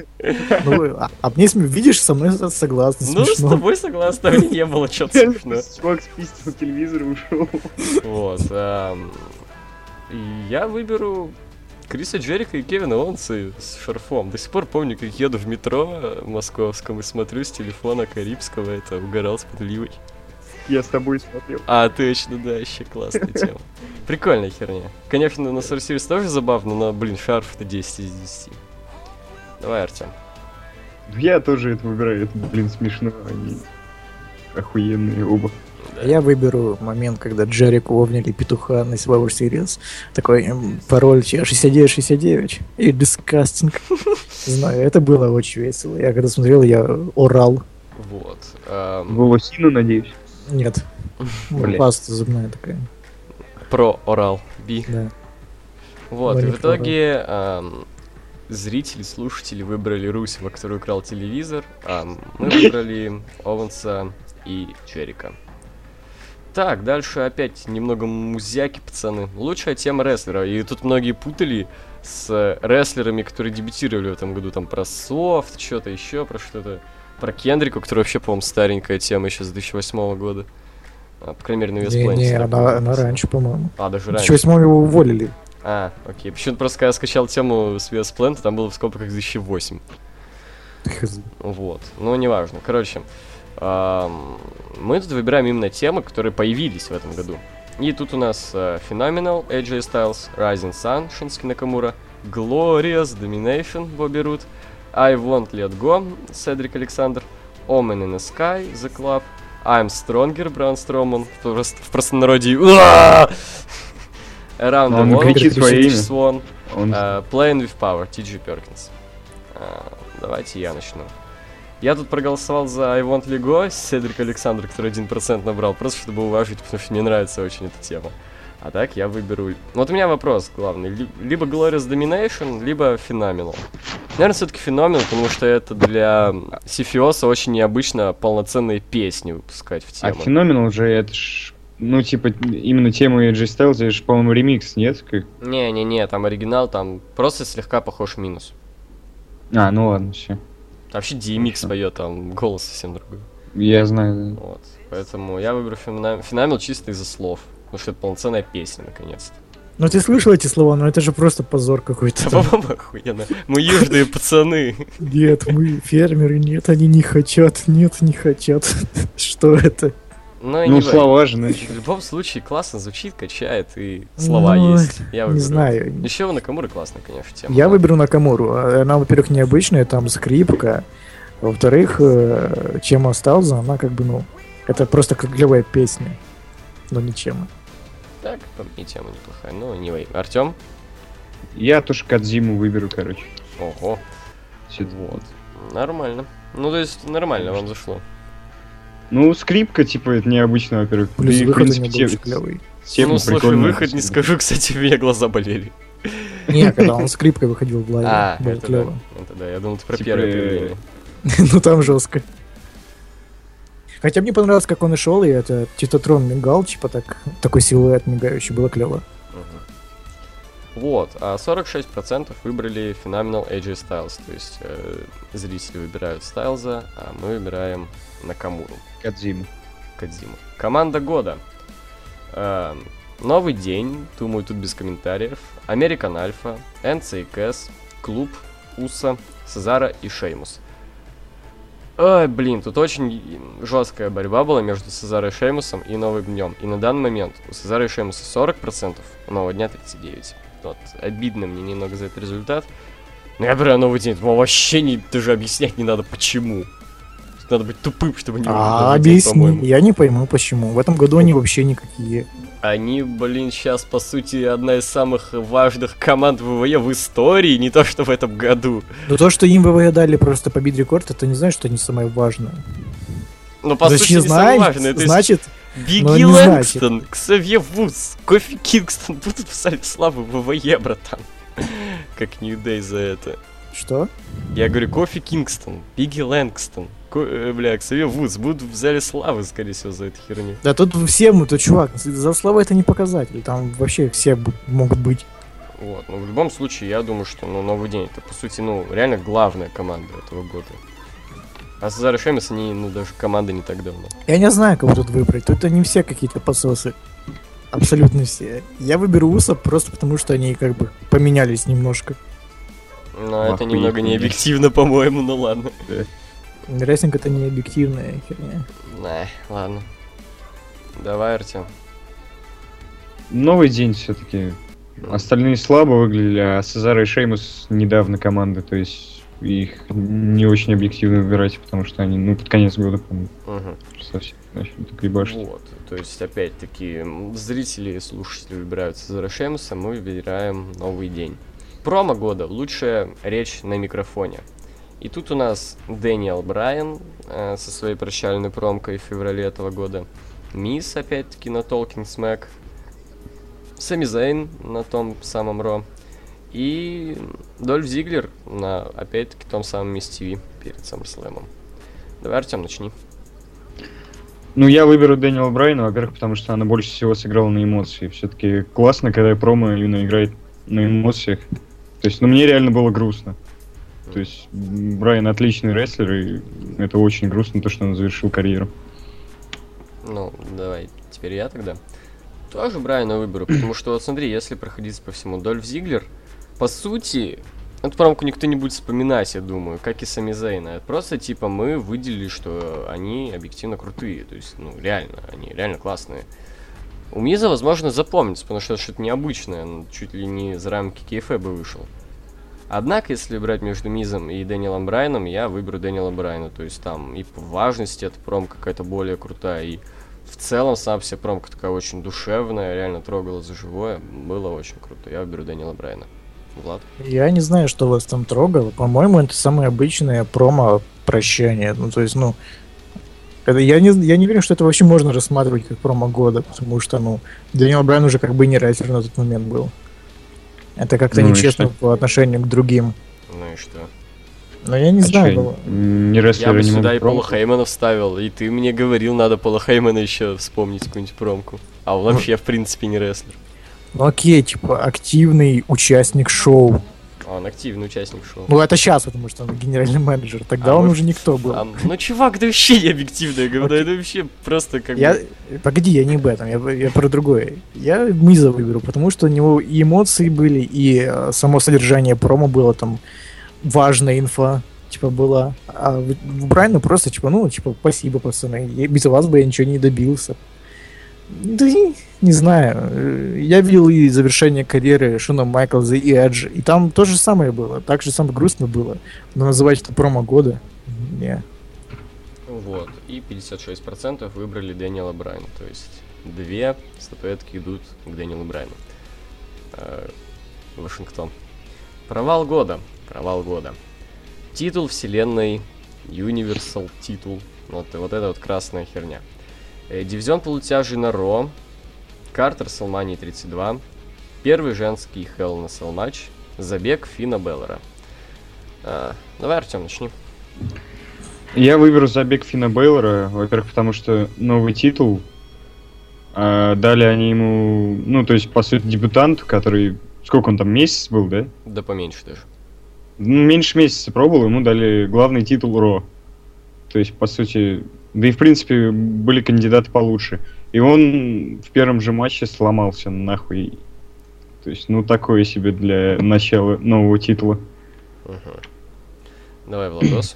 Ну, а, а мне, см- видишь, со мной согласны, Ну, с смешно. тобой согласен, а мне не было что-то смешно. Чувак спистил телевизор и ушел. Вот. ам, И я выберу Криса Джерика и Кевина Оуэнса с шарфом. До сих пор помню, как еду в метро московском и смотрю с телефона Карибского, это угорал с подливой. Я с тобой смотрел. А, точно, да, еще классная тема. Прикольная херня. Конечно, на Survivor Series тоже забавно, но, блин, шарф это десять из десяти. Давай, Артем. Я тоже это выбираю, это, блин, смешно, они охуенные оба. Я выберу момент, когда Джерику овняли петуха на Survivor Series. Такой эм, пароль шестьдесят девять шестьдесят девять и disgusting. Знаю, это было очень весело. Я когда смотрел, я орал. Вот. ам, Волосину, надеюсь. Нет. Ну, Блин. паста зубная такая. Про Орал Би. Да. Вот, и Маленький в итоге ам, зрители, слушатели выбрали Русева, который украл телевизор. ам, мы выбрали Оуэнса и Джерика. Так, дальше опять немного музяки, пацаны. Лучшая тема рестлера. И тут многие путали с рестлерами, которые дебютировали в этом году. Там про софт, что-то еще, про что-то. Про Кендрику, который вообще, по-моему, старенькая тема еще с две тысячи восьмого года. А, по крайней мере, на Не, Вестпланете. не, она, она раньше, по-моему. А, даже В две раньше. тысячи восьмом его уволили. А, окей. Почему-то просто, когда я скачал тему с Вестпланета, там было в скобках две тысячи восемь. Хз. Вот. Ну, неважно. Короче, ам, мы тут выбираем именно темы, которые появились в этом году. И тут у нас uh, Phenomenal, эй джей Styles, Rising Sun, Шински Накамура, Glorious, Domination, Бобби Рут, I Won't Let Go, Седрик Александр, Omen in the Sky, The Club, I'm Stronger, Braun Strowman, в, прост- в простонародье Уа! Around the Он World, кричит свое Rich имя. Swan, Он... uh, Playing with Power, Ти Джей Перкинс. Uh, давайте я начну. Я тут проголосовал за I Want Let Go, Седрик Александр, который один процент набрал, просто чтобы уважить, потому что мне нравится очень эта тема. А так я выберу... Вот у меня вопрос главный. Ли- Либо Glorious Domination, либо Phenomenal. Наверное, все-таки Phenomenal, потому что это для Сифиоса очень необычно полноценные песни выпускать в А тему. Феноменал уже это ж... Ну, типа, именно тему эй джей Styles, это же, по-моему, ремикс, нет? Как... Не-не-не, там оригинал, там просто слегка похож минус. А, ну ладно, все. Вообще ди эм икс Хорошо. поет, там голос совсем другой. Я знаю, да. Вот. Поэтому я выберу Phenomenal чисто из-за слов. Потому что это полноценная песня, наконец-то. Ну ты слышал эти слова? Ну это же просто позор какой-то. там. По-моему, охуенно. Мы южные пацаны. Нет, мы фермеры, нет, они не хотят, нет, не хотят. Что это? Ну, и Ну, не слова же, ну, В любом случае, классно звучит, качает, и слова Ну, есть. Я Не выберу. знаю. Еще у Накамуры классная, конечно, тема. Я да. выберу Накамуру. Она, во-первых, необычная, там скрипка. Во-вторых, э, чем остался, она как бы, ну, это просто как клевая песня. Но ничем. Так, по мне тема неплохая. Ну, anyway. Артем? Я тоже Кадзиму выберу, короче. Ого. Всё- Вот. Нормально. Ну, то есть, нормально вам зашло. Ну, скрипка, типа, это необычно, во-первых. Плюс Да и, в выход у принципе, него был те- очень клевый. тема Ну, слушай, прикольная. выход не скажу, кстати, у меня глаза болели. Не, когда он скрипкой выходил в лайве, А, было это да. клево. Это да, я думал, ты про Типа, первое э, появление. Ну там жестко. Хотя мне понравилось, как он и шел, и это Титотрон мигал, типа так, такой силуэт мигающий, было клево. Мгм. Вот, а сорок шесть процентов выбрали Phenomenal эй джей Styles, то есть э, зрители выбирают Стайлза, а мы выбираем Накамуру, Кадзиму. Кодзиму. Команда года. Э, Новый день, думаю, тут без комментариев. Американ Альфа, эн си кей эс, Клуб, Уса, Сезара и Шеймус. Ой, блин, тут очень жесткая борьба была между Сезаро и Шеймусом и Новым днем. И на данный момент у Сезара и Шеймуса сорок процентов, у Нового дня тридцать девять процентов. Вот, обидно мне немного за этот результат. Но я беру Новый день, думаю, вообще не, даже объяснять не надо, почему. Надо быть тупым, чтобы не выбрать А, Новый день, объясни, по-моему. я не пойму почему. В этом году они вообще никакие. Они, блин, сейчас, по сути, одна из самых важных команд ВВЕ в истории, не то что в этом году. Но то, что им ВВЕ дали просто побить рекорд, это не значит, что они самое важное. Но, по Значит, сути, не самое знает, важное. То есть значит, но Бигги не Лэнгстон, Ксавье Вудс, Кофи Кингстон будут в сале славы ВВЕ, братан. Как Нью Дэй за это. Что? Я говорю, Кофи Кингстон, Пигги Лэнгстон, Ко- э, бля, Ксавье Вудс будут в зале славы, скорее всего, за эту херню. Да тут все мы, то чувак, за слова это не показатель, там вообще все б- могут быть. Вот, но в любом случае, я думаю, что ну, новый день это, по сути, ну, реально главная команда этого года. А Сезар и Шемис, они, ну, даже команда не так давно. Я не знаю, кого тут выбрать, тут они все какие-то пососы. Абсолютно все. Я выберу Усап просто потому, что они как бы поменялись немножко. Но Ах, это немного хуй, не хуй. объективно, по-моему, ну ладно. Рестлинг это не объективная херня. Да, ладно. Давай, Артем. Новый день все-таки. Остальные слабо выглядели, а Сезар и Шеймус недавно команды, то есть их не очень объективно выбирать, потому что они, ну, под конец года, по-моему, Угу. совсем начали так ебашить. Вот, то есть, опять-таки, м, зрители и слушатели выбирают Сезара Шемиса, мы выбираем новый день. Промо года. Лучшая речь на микрофоне. И тут у нас Дэниел Брайан э, со своей прощальной промкой в феврале этого года. Мисс, опять-таки, на Talking Smack. Сами Зейн на том самом Ро. И Дольф Зиглер на, опять-таки, том самом Мисс ТВ перед SummerSlam'ом. Давай, Артем, начни. Ну, я выберу Дэниела Брайана, во-первых, потому что она больше всего сыграла на эмоции. Все-таки классно, когда промо именно играет на эмоциях. То есть, ну, мне реально было грустно. То есть, м, Брайан отличный рестлер, и это очень грустно, то, что он завершил карьеру. Ну, давай, теперь я тогда. Тоже Брайана выберу, потому что, вот смотри, если проходить по всему, Дольф Зиглер, по сути, эту промку никто не будет вспоминать, я думаю, как и Сами Зейна. Это просто, типа, мы выделили, что они объективно крутые, то есть, ну, реально, они реально классные. У Миза, возможно, запомнится, потому что это что-то необычное, он чуть ли не за рамки кейэфэба вышел. Однако, если брать между Мизом и Дэниелом Брайаном, я выберу Дэниела Брайана, то есть там и по важности эта промка какая-то более крутая, и в целом сам вся промка такая очень душевная, реально трогала за живое, было очень круто. Я выберу Дэниела Брайана. Влад? Я не знаю, что вас там трогало. По-моему, это самое обычное промо прощание. Ну, то есть, ну, это, я, не, я не уверен, что это вообще можно рассматривать как промо года, потому что, ну, Дэниел Брайан уже как бы не рестлер на тот момент был. Это как-то Ну и нечестно что? по отношению к другим. Ну и что? Но я не А знаю. чё, было. не Я рестлеры бы не сюда могут и Пола промку? Хеймана вставил, и ты мне говорил, надо Пола Хеймана еще вспомнить какую-нибудь промку. А он вообще, в принципе, не рестлер. Ну окей, типа, активный участник шоу. А он активный участник шоу. Ну это сейчас, потому что он генеральный менеджер. Тогда А он мы- уже никто был. А, ну, чувак, это вообще не объективное говно, это вообще просто как Я... бы... Погоди, я не об этом, я, я про другое. Я Миза выберу, потому что у него и эмоции были, и э, само содержание промо было там, важная инфа, типа, была. А в, в Брайана просто, типа, ну, типа, спасибо, пацаны, я- без вас бы я ничего не добился. Да и не знаю. Э, Я видел и завершение карьеры Шона Майклза и Эджа, и там то же самое было, так же самое грустно было. Но называть это промо года, не. Вот, и пятьдесят шесть процентов выбрали Дэниела Брайана, то есть две статуэтки идут к Дэниелу Брайану. Э, Вашингтон. Провал года. Провал года. Титул вселенной, Universal титул. Вот, вот это вот красная херня. Э, Дивизион полутяжей на Ро. Картер Салмани тридцать два. Первый женский Hell in a Cell матч. Забег Финна Беллера. Э, Давай, Артем, начни. Я выберу забег Финна Бейлора, во-первых, потому что новый титул. А дали они ему, ну, то есть, по сути, дебютанту, который, сколько он там, месяц был, да? Да поменьше даже. Ну, меньше месяца пробовал, ему дали главный титул Ро. То есть, по сути, да и, в принципе, были кандидаты получше. И он в первом же матче сломался, нахуй. То есть, ну, такое себе для начала нового титула. Мгм. Давай, Владос.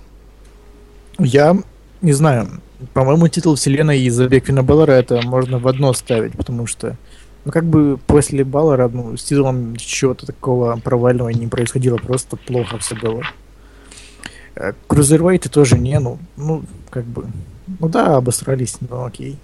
Я не знаю. По-моему, титул вселенной и забег Финна Баллера это можно в одно ставить, потому что, ну, как бы после Баллера, ну, с титулом чего-то такого провального не происходило, просто плохо все было. Э, Крузервейты тоже не, ну, ну, как бы, ну да, обосрались, ну окей.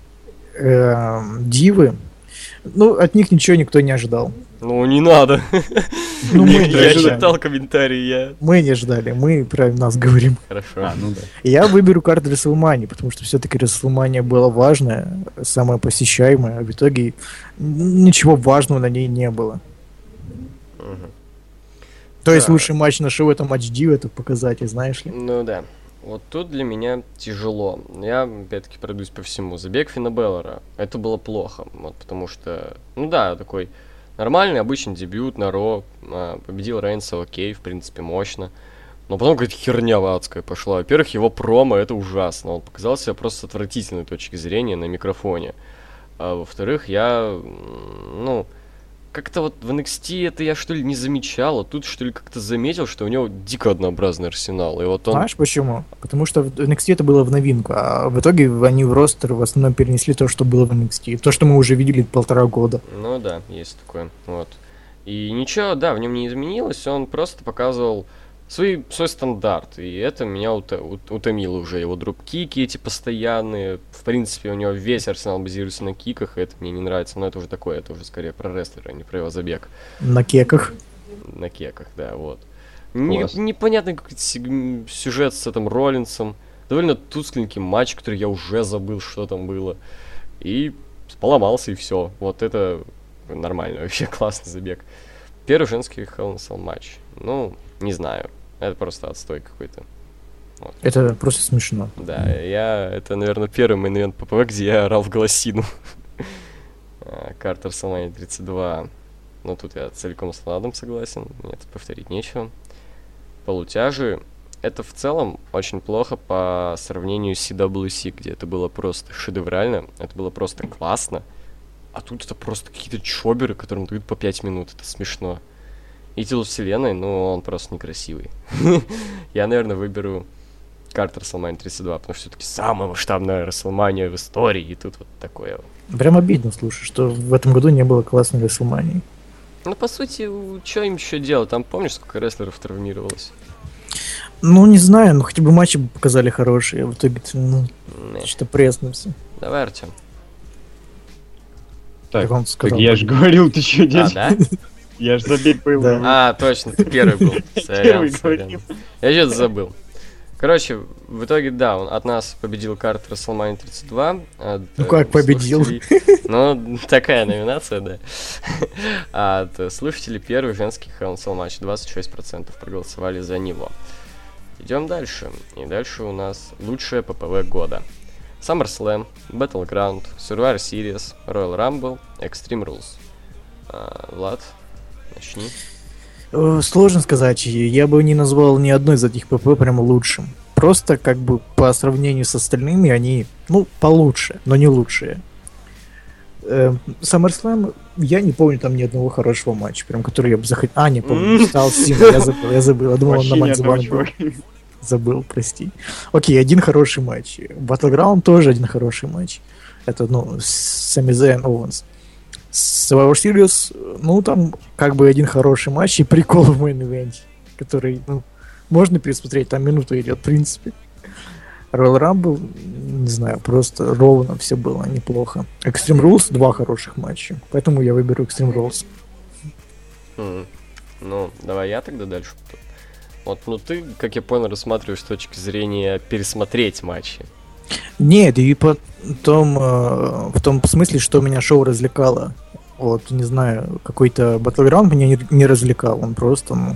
Эм, Дивы, ну, от них ничего никто не ожидал. Ну, не надо. Ну, мы Я не я ожидали. читал комментарии, я... Мы не ждали, мы про нас говорим. Хорошо. ну да. Я выберу карту Рестлмании, потому что все-таки Рестлмания была важная, самая посещаемая, а в итоге н- ничего важного на ней не было. Мгм. То есть Да. лучший матч на шоу — это матч Ди, это показатель, знаешь ли? Ну да. Вот тут для меня тяжело. Я, опять-таки, пройдусь по всему. Забег Финна Беллера. Это было плохо. Вот, потому что, ну да, такой нормальный, обычный дебют на Ро. а, Победил Рейнса, окей, в принципе, мощно. Но потом какая-то херня адская пошла. Во-первых, его промо — это ужасно. Он показал себя просто с отвратительной точки зрения на микрофоне. А во-вторых, я, м, ну, как-то вот в эн экс ти это я, что ли, не замечал, а тут, что ли, как-то заметил, что у него дико однообразный арсенал. И вот он... Знаешь почему? Потому что в эн экс ти это было в новинку, а в итоге они в ростер в основном перенесли то, что было в эн экс ти. То, что мы уже видели полтора года. Ну да, есть такое. Вот. И ничего, да, в нем не изменилось, он просто показывал свой, свой стандарт. И это меня уто- ут- утомило уже. Его дроп-кики эти постоянные. В принципе, у него весь арсенал базируется на киках, и это мне не нравится. Но это уже такое, это уже скорее про рестлера, а не про его забег. На кеках. На кеках, да, вот. Не- Класс. непонятный какой-то сиг- сюжет с этим Роллинсом. Довольно тускленький матч, который я уже забыл, что там было. И поломался, и все. Вот это нормально, вообще классный забег. Первый женский Hell in a Cell матч. Ну, не знаю. Это просто отстой какой-то. Вот. Это просто смешно. Да, я... Это, наверное, первый мейн-ивент ППВ, где я орал в голосину. А, Картер Салмани тридцать два. Ну, тут я целиком с Владом согласен. Мне тут повторить нечего. Полутяжи. Это в целом очень плохо по сравнению с си дабл ю си, где это было просто шедеврально. Это было просто классно. А тут это просто какие-то чоберы, которым дают по пять минут. Это смешно. И Титул Вселенной, ну, он просто некрасивый. Я, наверное, выберу Картер Салмани тридцать два, потому что все-таки самая масштабная Расселмания в истории, и тут вот такое. Прям обидно, слушай, что в этом году не было классной Рестлмании. Ну, по сути, что им еще делать? Там помнишь, сколько рестлеров травмировалось? Ну, не знаю, ну хотя бы матчи бы показали хорошие, а в итоге ну, Не. что-то пресно все. Давай, Артем. Так, Как он так сказал. я же говорил, ты что, А, дядь? да? Я ж забей был. Да. А, точно, ты первый был. Сорян, Первый сорян. говорил. Я что-то забыл. Короче, в итоге, да, он от нас победил Картер Салмани тридцать два. От, Ну э, как победил? слушателей- Ну, такая номинация, да. А от э, слушателей первый женский Hell in a Cell матч. двадцать шесть процентов проголосовали за него. Идем дальше. И дальше у нас лучшее ППВ года. SummerSlam, Battleground, Survivor Series, Royal Rumble, Extreme Rules. А, Влад, начни. Э, Сложно сказать, я бы не назвал ни одной из этих ПП прям лучшим. Просто как бы по сравнению с остальными они, ну, получше, но не лучшие. Э, SummerSlam, я не помню там ни одного хорошего матча, прям который я бы захотел... А, не помню, стал Сина, я забыл, я забыл, я думал, он на Вообще ни матч одного был. чувака. Забыл, прости. Окей, один хороший матч. Battleground тоже один хороший матч. Это, ну, Сами Зейн Оуэнс. Survivor Series, ну, там как бы один хороший матч и прикол в мейн-ивенте, который, ну, можно пересмотреть, там минута идет, в принципе. Royal Rumble, не знаю, просто ровно все было неплохо. Extreme Rules, два хороших матча, поэтому я выберу Extreme Rules. М, Ну, давай я тогда дальше. Вот, ну ты, как я понял, рассматриваешь с точки зрения пересмотреть матчи. Нет, и по том, э, в том смысле, что меня шоу развлекало. Вот, не знаю, какой-то Battleground меня не, не развлекал, он просто, ну,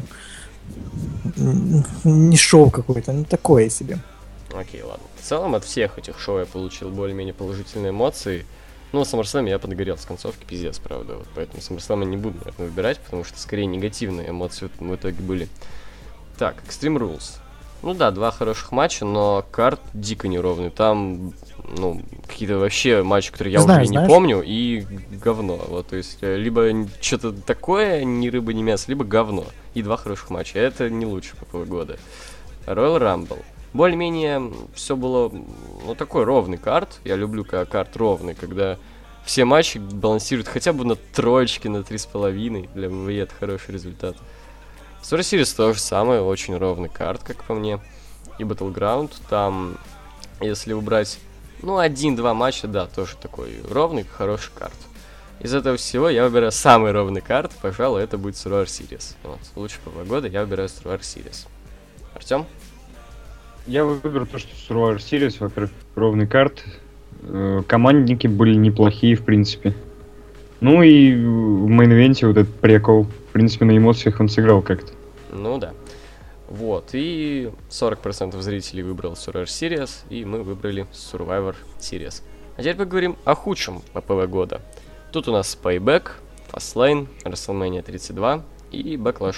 н- не шоу какой-то, ну, такое себе. Окей, ладно. В целом от всех этих шоу я получил более-менее положительные эмоции. Ну, SummerSlam я подгорел с концовки, пиздец, правда. Вот, поэтому SummerSlam я не буду, наверное, выбирать, потому что скорее негативные эмоции в в итоге были. Так, Extreme Rules. Ну да, два хороших матча, но карт дико неровный. Там, ну, какие-то вообще матчи, которые я Знаю, уже не знаешь. помню, и говно. Вот, то есть, э, либо что-то такое, ни рыба, ни мясо, либо говно. И два хороших матча. Это не лучше ППВ года. Royal Rumble. Более-менее все было, ну, такой ровный карт. Я люблю, когда карт ровный, когда все матчи балансируют хотя бы на троечке, на три с половиной. Для эм вэ е это хороший результат. Survivor Series то же самое, очень ровный карт, как по мне. И Battleground, там, если убрать, ну, один-два матча, да, тоже такой ровный, хороший карт. Из этого всего я выбираю самый ровный карт, пожалуй, это будет Survivor Series. Вот, лучше ППВ года я выбираю Survivor Series. Артем? Я выберу то, что Survivor Series, во-первых, ровный карт. Э, Командники были неплохие, в принципе. Ну и в мейн-ивенте вот этот прикол. В принципе, на эмоциях он сыграл как-то. Ну да. Вот, и сорок процентов зрителей выбрал Survivor Series, и мы выбрали Survivor Series. А теперь поговорим о худшем ППВ года. Тут у нас Payback, Fastlane, WrestleMania тридцать два и Backlash.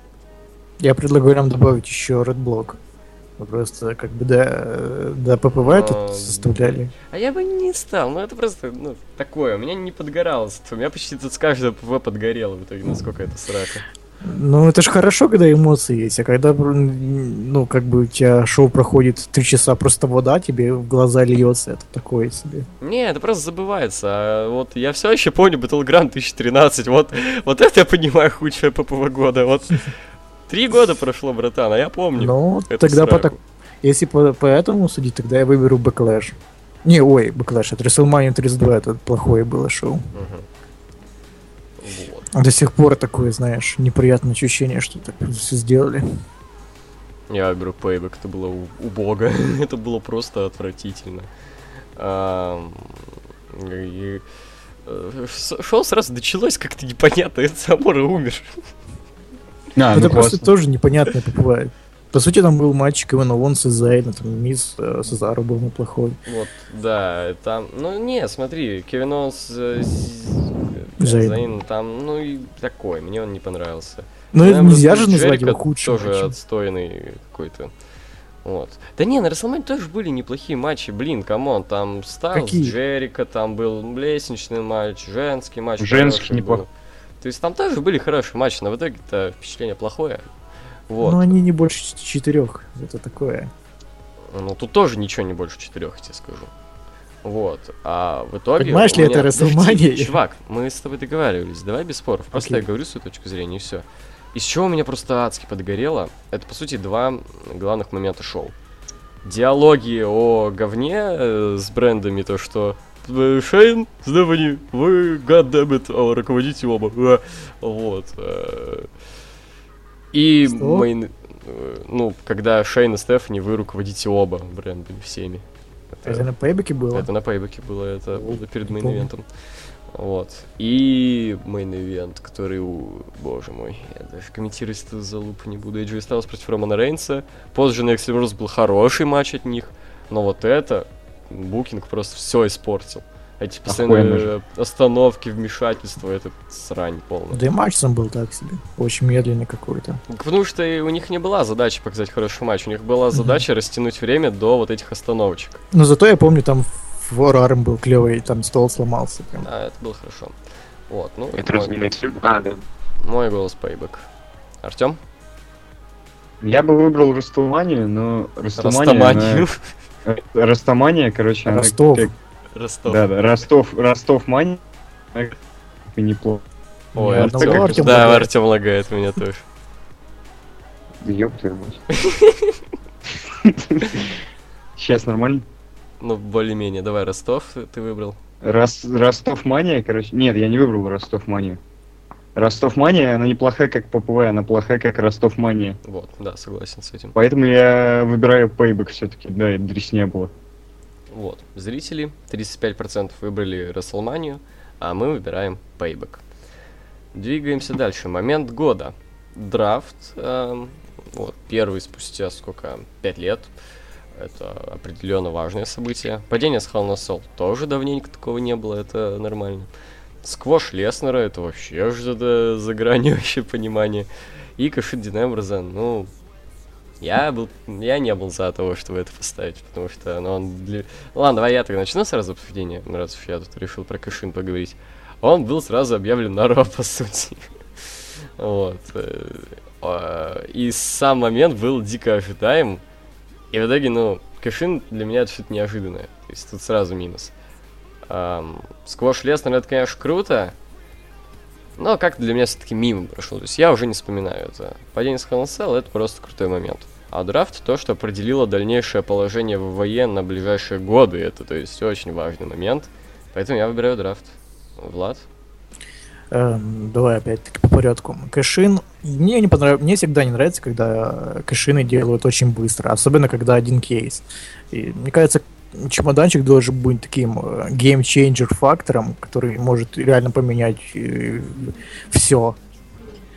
Я предлагаю нам добавить еще Red Block. Мы просто как бы до, до ППВ Но... тут составляли. А я бы не стал, ну это просто, ну, такое, у меня не подгоралось. У меня почти тут с каждого ППВ подгорело в итоге, насколько это срака. Ну, это же хорошо, когда эмоции есть, а когда, ну, как бы у тебя шоу проходит три часа, просто вода тебе в глаза льется, это такое себе. Не, это просто забывается. А вот я все еще помню Battleground две тысячи тринадцать, вот, вот это я понимаю худшее ППВ года, вот. Три года прошло, братан, а я помню. Ну, эту тогда по сраку. так... Если по, по этому судить, тогда я выберу Backlash. Не, ой, Backlash, это WrestleMania тридцать два, это плохое было шоу. Мгм. Вот. До сих пор такое, знаешь, неприятное ощущение, что так все сделали. Я выберу Payback, это было у- убого, это было просто отвратительно. Ам, и, э, с- Шоу сразу началось как-то непонятно, это Самура умер. А, это ну просто классно. тоже непонятно бывает. По сути, там был матч Кевина Лонса с Зайна, там Мисс э, Сезаро был неплохой. Вот, да, там, ну не, смотри, Кевин Оуэнс, э, с- Зейн. Зейн, там, ну и такой, мне он не понравился. Ну, Наверное, нельзя просто же назвать Джерико его худшим тоже матчем. отстойный какой-то. Вот. Да не, на WrestleMania тоже были неплохие матчи, блин, камон, там Стайлз, Какие? Джерико, там был лестничный матч, женский матч. Женский хороший неплох- был. То есть там тоже были хорошие матчи, но в итоге-то впечатление плохое. Вот. Но они не больше ч- четырех, это такое. Ну, тут тоже ничего не больше четырех, я тебе скажу. Вот. А в итоге... Понимаешь у ли, меня- это Подожди, WrestleMania? Чувак, мы с тобой договаривались, давай без споров. Просто Окей. я говорю свою точку зрения, и все. Из чего у меня просто адски подгорело, это, по сути, два главных момента шоу. Диалоги о говне э, с брендами, то, что э, Шейн, Стефани, вы, goddammit, а, руководите оба. А, вот. э. И Что? мейн- э, ну, когда Шейн и Стефани, вы руководите оба брендами всеми. Это на пейбеке было? Это на пейбеке было, это О, было перед не помню. мейн-ивентом. Вот. И мейн-ивент, который, у... боже мой, я даже комментировать эту залупу не буду. эй джей Styles против Романа Рейнса. Позже на Extreme Rules был хороший матч от них, но вот это, букинг просто все испортил. Эти постоянные Охуенно остановки, вмешательства, это срань полная. Да и матч сам был так себе. Очень медленный какой-то. Потому что и у них не была задача показать хороший матч, у них была задача растянуть время до вот этих остановочек. Но зато я помню, там форарм был клевый, там стол сломался. Прям. А, это было хорошо. Вот, ну, Это мой, разве не фильм? А, да. мой голос Payback. Артем? Я бы выбрал Растоманию, но Растомания... Растаманию. она- э, Растомания, короче, она Ростов. как- Ростов. Да, да, Ростов, Ростов Мания. она как бы неплохо. Ой, Ни Артем, одного Артем да, лагает. Артем лагает меня тоже. Да ёб твою мать. Сейчас нормально? Ну, более-менее. Давай, Ростов ты выбрал. Рос- Ростов Мания, короче. Нет, я не выбрал Ростов Манию. Ростов Мания, она неплохая как ППВ, она плохая как Ростов Мания. Вот, да, согласен с этим. Поэтому я выбираю Payback все-таки. Да, это дресня было. Вот, зрители тридцать пять процентов выбрали WrestleMania, а мы выбираем Payback. Двигаемся дальше. Момент года. Драфт. эм, вот, первый спустя сколько? Пять лет. Это определенно важное событие. Падение с Hell in a Cell тоже давненько такого не было, это нормально. Сквош Леснера, это вообще что-то за гранью вообще понимания. И Кашид Дин Эмброза, ну, я был, я не был за того, чтобы это поставить, потому что, ну, он для... Ладно, давай я тогда начну сразу обсуждение, раз уж я тут решил про Кашин поговорить. Он был сразу объявлен на Ро, по сути. Вот. э, а, И сам момент был дико ожидаем. И в итоге, ну, Кашин для меня это что-то неожиданное. То есть тут сразу минус. Ам, Сквош Леснер, это, конечно, круто, но как-то для меня все-таки мимо прошло. То есть я уже не вспоминаю это. Падение с Hell in a Cell — это просто крутой момент. А драфт — то, что определило дальнейшее положение в ВВЕ на ближайшие годы. Это, то есть, очень важный момент. Поэтому я выбираю драфт. Влад? Эм, давай опять-таки по порядку. Кэшин. Мне не понрав... Мне всегда не нравится, когда кэшины делают очень быстро, особенно когда один кейс. И мне кажется, чемоданчик должен быть таким геймчейнджер фактором, который может реально поменять э, все.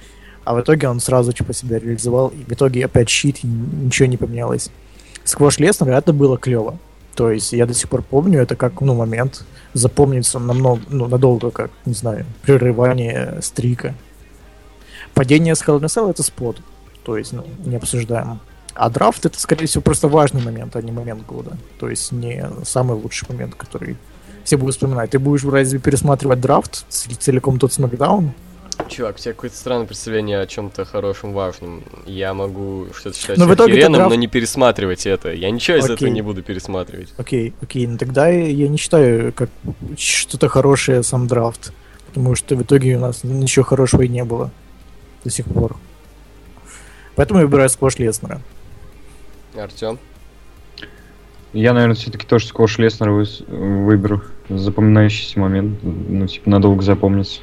А в итоге он сразу типа себя реализовал, и в итоге опять щит, и ничего не поменялось. Сквош Леснера это было клево. То есть я до сих пор помню это как, ну, момент, запомнится намного, ну, надолго, как, не знаю, прерывание стрика. Падение с Hell in a Cell — это спот, то есть, ну, не обсуждаем. А драфт — это, скорее всего, просто важный момент, а не момент года. То есть не самый лучший момент, который все будут вспоминать. Ты будешь разве пересматривать драфт, целиком тот Смакдаун? Чувак, у тебя какое-то странное представление о чем-то хорошем, важном. Я могу что-то считать Но в итоге охеренным, драфт... но не пересматривать это. Я ничего из Окей. этого не буду пересматривать. Окей, окей, ну тогда я не считаю как что-то хорошее сам драфт. Потому что в итоге у нас ничего хорошего и не было до сих пор. Поэтому я выбираю Сквош Леснера. Артем? Я, наверное, все-таки тоже Сквош Леснера выс- выберу. Запоминающийся момент. Ну, типа, надолго запомнится.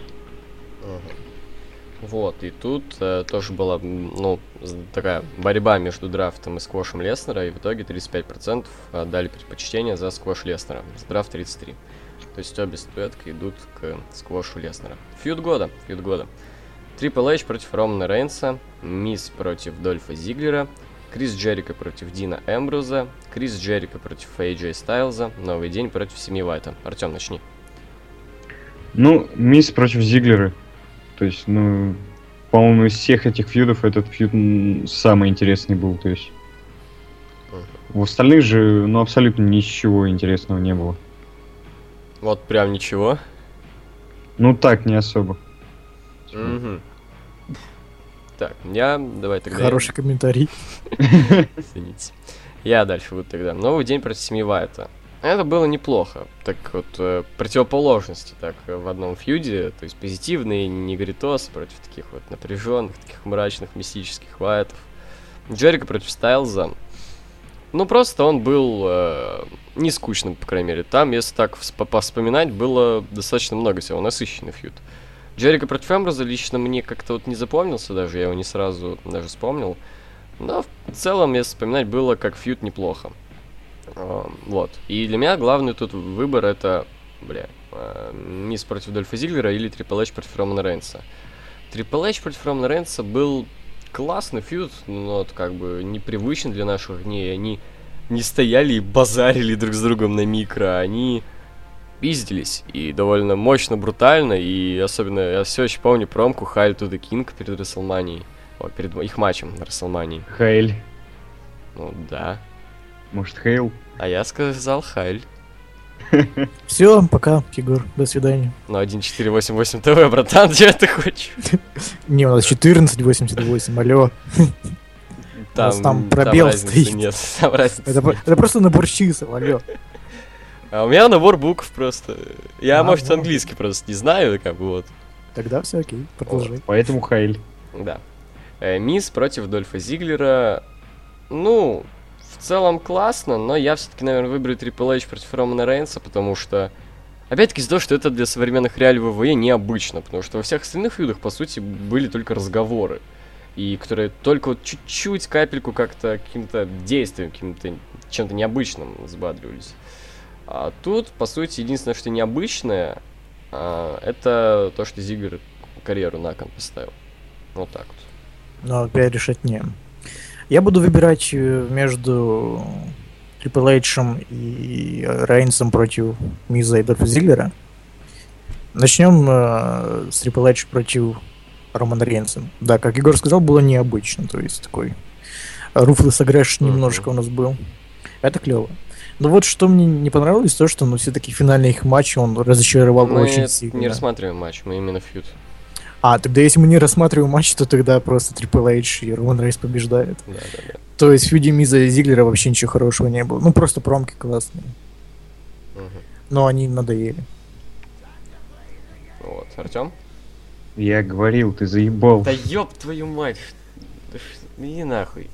Вот, и тут э, тоже была, м, ну, з- такая борьба между драфтом и сквошем Леснера, и в итоге тридцать пять процентов отдали предпочтение за сквош Леснера, с драфт тридцать три процента. То есть обе статуэтки идут к сквошу Леснера. Фьюд года, фьюд года. Трипл Эйч против Романа Рейнса, Мисс против Дольфа Зиглера, Крис Джерико против Дина Эмбруза, Крис Джерико против Эй Джей Стайлза, Новый день против Семи Вайта. Артем, начни. Ну, Мисс против Зиглера. То есть, ну, по-моему, из всех этих фьюдов этот фьюд м, самый интересный был. То есть, в остальных же, ну, абсолютно ничего интересного не было. Вот прям ничего. Ну, так, не особо. Мгм. Так, я, давай тогда... Хороший комментарий. Извините. Я дальше буду тогда. Новый день против Семи Вайта. Это было неплохо. Так вот, э, противоположности так э, в одном фьюде, то есть позитивные негритосы против таких вот напряженных, таких мрачных, мистических Вайтов. Джерико против Стайлза. Ну, просто он был э, не скучным, по крайней мере. Там, если так всп- поспоминать, было достаточно много всего, насыщенный фьюд. Джерико против Эмброза лично мне как-то вот не запомнился даже, я его не сразу даже вспомнил. Но в целом, если вспоминать, было как фьюд неплохо. Uh, вот. И для меня главный тут выбор это, бля, uh, Мисс против Дольфа Зиглера или Трипл Эйч против Романа Рейнса. Трипл Эйч против Романа Рейнса был классный фьюд, но вот как бы непривычен для наших дней. Они не стояли и базарили друг с другом на микро, они пиздились. И довольно мощно, брутально. И особенно, я все еще помню промку Hail to the King перед Расселманией. О, перед их матчем на Расселмании. Хейль. Ну да. Может, Хейл? А я сказал Хайль. Все, пока, Егор, до свидания. Ну, один четыре восемь восемь ТВ, братан, что ты хочешь? Не, у нас четырнадцать восемьдесят восемь, алло. нас там пробел разницы стоит. Нет, там разницы Это, нет. это просто набор чисел, алло. А у меня набор букв просто. Я, А, может, ну. английский просто не знаю, как бы вот. Тогда все окей, продолжай. Поэтому Хейль. Да. Э, Мисс против Дольфа Зиглера. Ну, в целом классно, но я все-таки, наверное, выберу Трипл Эйч против Романа Рейнса, потому что, опять-таки, из-за того, что это для современных реалий ВВЕ необычно, потому что во всех остальных фьюдах, по сути, были только разговоры, и которые только вот чуть-чуть, капельку как-то каким-то действием, каким-то чем-то необычным взбадривались. А тут, по сути, единственное, что необычное, а, это то, что Зиглер карьеру на кон поставил. Вот так вот. Но опять решать не. Я буду выбирать э, между Трипл Эйчем и Рейнсом против Миза и Дольфа Зиглера. Начнем э, с Трипл Эйч против Романа Рейнса. Да, как Егор сказал, было необычно. То есть такой Ruthless Aggression Мгм. немножко у нас был. Это клево. Но вот что мне не понравилось, то, что ну, все-таки финальный их матч он разочаровал Мы очень сильно. не рассматриваем матч, мы именно фьюд. А, тогда если мы не рассматриваем матч, то тогда просто Трипл Эйч и Роман Рейнс побеждает. Да, да, да. То есть в фьюде Миза и Зиглера вообще ничего хорошего не было. Ну, просто промки классные. Мгм. Но они надоели. Вот, Артем? Я говорил, ты заебал. Да ёб твою мать! Да ш- Иди нахуй.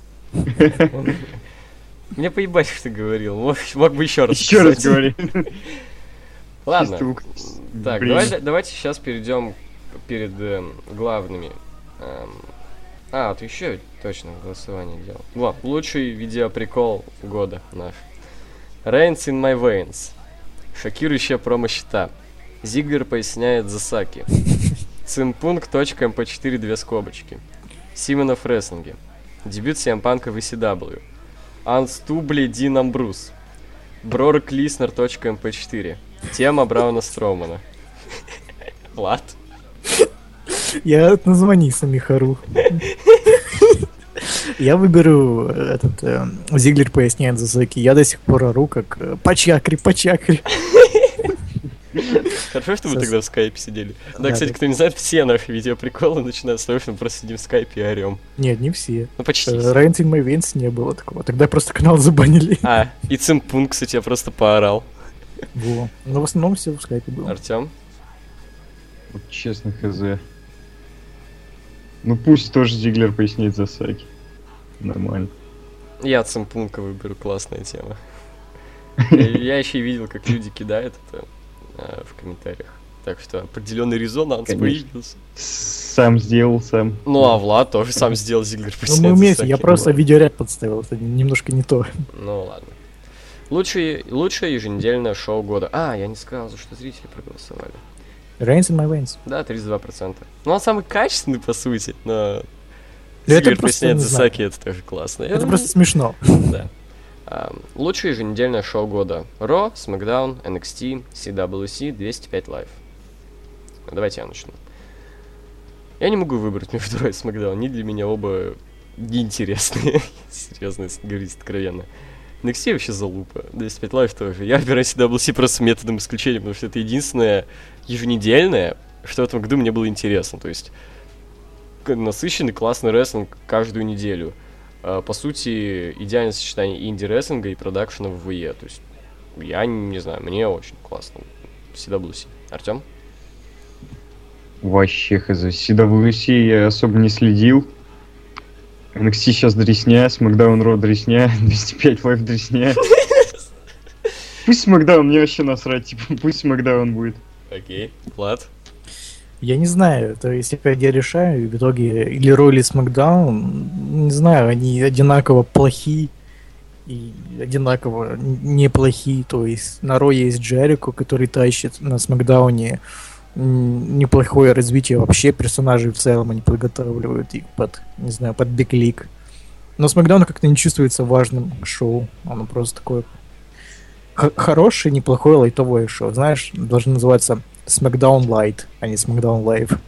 Мне поебать, что ты говорил. Мог, мог бы еще раз Еще раз сказать. говори. Ладно. Чисто ук- Так, Блин. давай- давайте сейчас перейдем перед эм, главными. Эм, а, вот еще точно голосование делал. Вот, лучший видеоприкол года наш. Reigns in my veins. Шокирующая промо-щита. Зиглер поясняет Засаки. Цинпунг.эм пэ четыре две скобочки. Симона в рестлинге. Дебют Си Эм Панка в И Си Дабл Ю. Анстубли Дин Амбрус. Брорк Лиснер эм пэ четыре. Тема Брауна Строумана. Влад? Я от названий самих ору. Я выберу этот... э, Зиглер поясняет Засаки. Я до сих пор ору, как э, почакри, почакри. Хорошо, что мы Сос- тогда в скайпе сидели. Да, Да, кстати, да. кто не знает, все наши видеоприколы начинают с того, что мы просто сидим в скайпе и орем. Нет, не все. Ну, почти. Э, все. Reigns in My Veins не было такого. Тогда просто канал забанили. А, и Цимпун, кстати, я просто поорал. Во. Но в основном все в скайпе было. Артем? Вот честно, хз. Ну пусть тоже Зиглер поясняет Засаки. Нормально. Я Цимпунка выберу, классная тема. Я еще и видел, как люди кидают это э, в комментариях. Так что определенный резонанс Конечно. появился. Сам сделал, сам. Ну, а Влад тоже сам сделал Зиглер Ну мы вместе, я Засаки. просто видеоряд подставил. Это немножко не то. Ну, ладно. Лучшее, лучшее еженедельное шоу года. А, я не сказал, за что зрители проголосовали. Reigns in My Veins. Да, тридцать два процента. Ну, он самый качественный, по сути, но... Да это Зиглер просто, поясняет не Засаки, это тоже классно. Это Я- просто смешно. Да. А, лучшее еженедельное шоу года. Ро, Смакдаун, Эн Экс Ти, Си Дабл Ю Си, двести пять Лайв. Давайте я начну. Я не могу выбрать между Ро и Смакдаун. Они для меня оба неинтересные. Серьезно, если говорить откровенно. Эн Экс Ти вообще залупа. двести пять Лайв тоже. Я выбираю Си Дабл Ю Си просто методом исключения, потому что это единственное еженедельное, что в этом году мне было интересно. То есть к- насыщенный классный рестлинг каждую неделю. А, по сути, идеальное сочетание инди-рестлинга и продакшена в ВЕ. То есть, я не знаю, мне очень классно. Си Дабл Ю Си. Артем? Вообще хз. Си Дабл Ю Си я особо не следил. Эн Экс Ти сейчас дресня, Смакдаун Ро дресня, двести пять Лайв дресня. Пусть Смакдаун, мне вообще насрать, типа, пусть Смакдаун будет. Окей. Влад? Я не знаю, то есть опять я решаю, в итоге или Ро, или Смакдаун, не знаю, они одинаково плохи и одинаково н- неплохи, то есть на Ро есть Джерико, который тащит, на Смакдауне м, неплохое развитие вообще персонажей в целом, они подготавливают их под, не знаю, под Биг Лиг. Но Смакдаун как-то не чувствуется важным шоу, оно просто такое х- хорошее, неплохое лайтовое шоу, знаешь, должно называться SmackDown Light, а не SmackDown Live.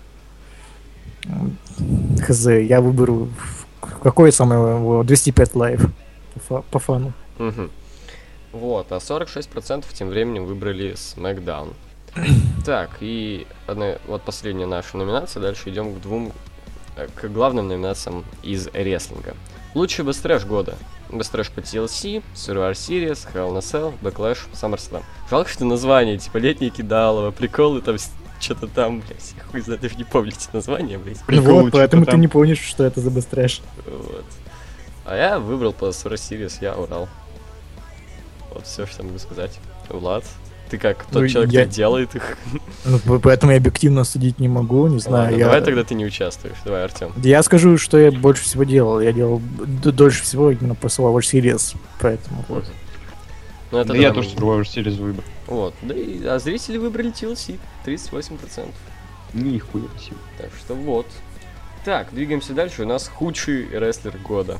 М, Хз, я выберу в- какое самое вот, двести пять Live по, фа- по фану. Угу. Вот, а сорок шесть процентов тем временем выбрали SmackDown. Так, и одна, вот последняя наша номинация. Дальше идем к двум, э, к главным номинациям из рестлинга. Лучший бестрэш года. Бестрэш по Ти Эл Си, Survivor Series, Hell in a Cell, Backlash, SummerSlam. Жалко, что название, типа летние кидалово, приколы там, что-то там, блядь, я хуй знает, даже не помните название, блядь. Ну Прикол, вот, чё-то поэтому ты там. не помнишь, что это за бестрэш. Вот. А я выбрал по Survivor Series, я Урал. Вот все, что могу сказать. Влад, ты как тот Ну, человек, я- кто делает их? Ну, по- поэтому я объективно судить не могу, не знаю. Ладно, я... давай тогда ты не участвуешь. Давай, Артем. Я скажу, что я больше всего делал. Я делал д- дольше всего именно по Survivor Series, поэтому вот. Ну, это Да я да, тоже Survivor Series выбрал. Вот. Да и, а зрители выбрали Ти Эл Си. тридцать восемь процентов. Нихуя себе. Так что вот. Так, двигаемся дальше. У нас худший рестлер года.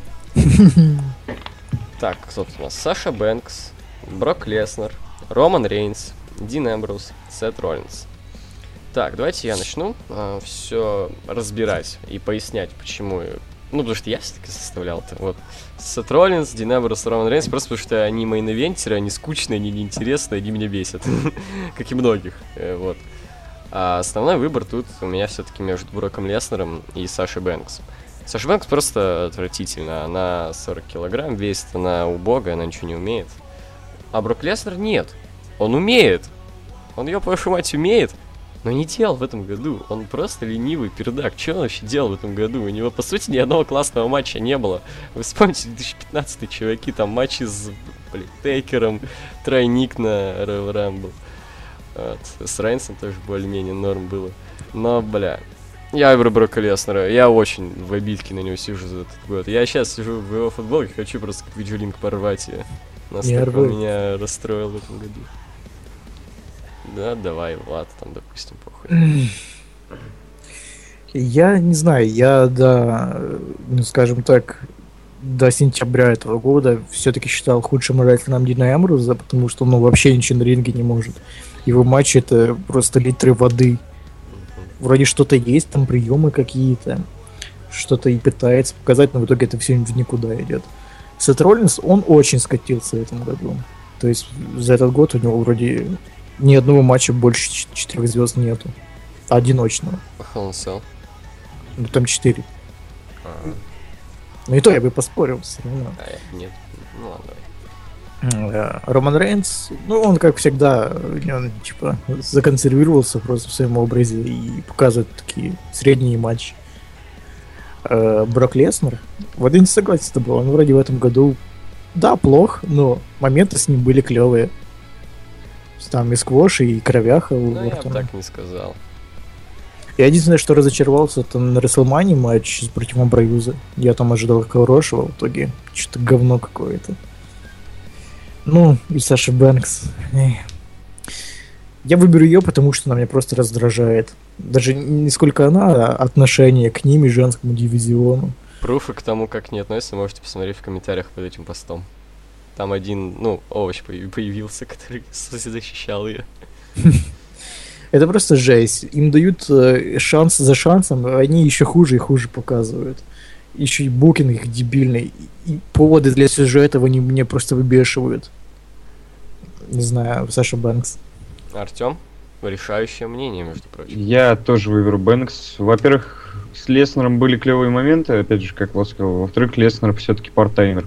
Так, собственно, Саша Бэнкс, Брок Леснер, Роман Рейнс, Дин Эмброуз, Сет Роллинс. Так, давайте я начну все разбирать и пояснять, почему. Ну, потому что я все-таки составлял-то. Вот. Сет Роллинс, Дин Эмброуз, Роман Рейнс, просто потому что они мейн-ивентеры, они скучные, они неинтересные, они меня бесят. Как и многих. Э, Вот. А основной выбор тут у меня все-таки между Броком Леснером и Сашей Бэнкс. Саша Бэнкс просто отвратительно. Она сорок килограмм весит, она убогая, она ничего не умеет. А Брок Леснер нет. Он умеет. Он, ее вашу мать, умеет, но не делал в этом году. Он просто ленивый пердак. Что он вообще делал в этом году? У него, по сути, ни одного классного матча не было. Вы вспомните, две тысячи пятнадцатый, чуваки, там матчи с, блин, Тейкером, тройник на Royal Rumble. Вот. С Рейнсом тоже более-менее норм было. Но, бля, я выберу Брока Леснера. Я очень в обидке на него сижу за этот год. Я сейчас сижу в его футболке, хочу просто как Виджулинг порвать ее. Настолько он рвы. меня расстроил в этом году. Да, давай, Влад, там, допустим, похуй. Я не знаю, я до, э, ну скажем так, до сентября этого года все-таки считал худшим рестлером Дина Эмбруза, потому что он ну, вообще ничего на ринге не может. Его матчи это просто литры воды. Вроде что-то есть, там приемы какие-то, что-то и пытается показать, но в итоге это все в никуда идет. Сет Роллинс, он очень скатился в этом году. То есть за этот год у него вроде ни одного матча больше ч- четырех звезд нету. Одиночного. Hell in a Cell. Ну там четыре. А, Ну и то я бы поспорил все равно. а, я- нет. Ну ладно, давай. Э, Роман Рейнс, ну он как всегда, он типа законсервировался просто в своем образе и показывает такие средние матчи. Э, Брок Леснер, в один согласен с тобой, он вроде в этом году, да, плох, но моменты с ним были клевые. Там и сквош, и кровяха у Ну, я бы Ортона. так не сказал. Я единственное, что разочаровался, это на WrestleMania матч против Амбраюза. Я там ожидал хорошего, в итоге что-то говно какое-то. Ну, и Саша Бэнкс. Эх. Я выберу ее, потому что она меня просто раздражает. Даже не сколько она, а отношение к ним и женскому дивизиону. Пруфы к тому, как не относятся, можете посмотреть в комментариях под этим постом. Там один, ну, овощ появ- появился, который защищал ее. Это просто жесть. Им дают э, шанс за шансом, а они еще хуже и хуже показывают. Еще и букинг их дебильный. И поводы для сюжета они меня просто выбешивают. Не знаю, Саша Бэнкс. Артем, решающее мнение, между прочим. Я тоже выберу Бэнкс. Во-первых, с Леснером были клевые моменты, опять же, как Влад сказал. Во-вторых, Леснер все-таки партаймер.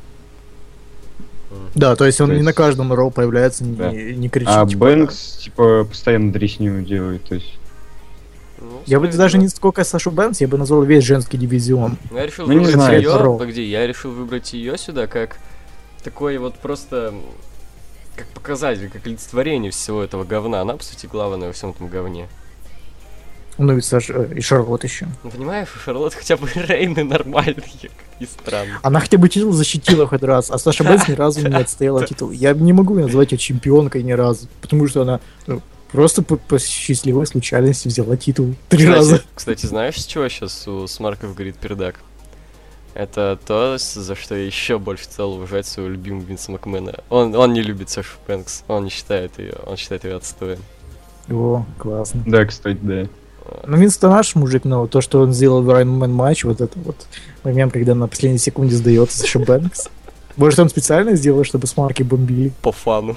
Да, то есть он То не есть- на каждом роу появляется, не, Да. не кричит. А типа, Бэнкс, типа, постоянно дресню делает. То есть, Ну, Я бы справедливо. даже не сколько Сашу Бэнкс, я бы назвал весь женский дивизион. Ну, я решил Ну, не выбрать знаю, ее. это Ро. Погоди, я решил выбрать ее сюда как такой вот просто м, как показатель, как олицетворение всего этого говна. Она, по сути, главная во всем этом говне. Ну и Саша, э, и Шарлот еще. Ну, понимаешь, у Шарлотт хотя бы Рейны нормальные, как ни странно. Она хотя бы титул защитила хоть раз, а Саша Бэнкс ни разу не отстояла титул. Я не могу ее назвать ее чемпионкой ни разу, потому что она ну, просто по, по счастливой случайности взяла титул три Кстати, раза. кстати, знаешь, с чего сейчас у Смарков горит пердак? Это то, с- за что я еще больше стал уважать своего любимого Винса Макмена. Он, он не любит Сашу Бэнкс, он не считает ее, он считает ее отстоем. О, классно. да, кстати, да. Ну, Винс-то наш мужик, но то, что он сделал в Iron Man матч, вот это вот момент, когда на последней секунде сдается Саша Бэнкс. Может, он специально сделал, чтобы Смарки бомбили? По фану.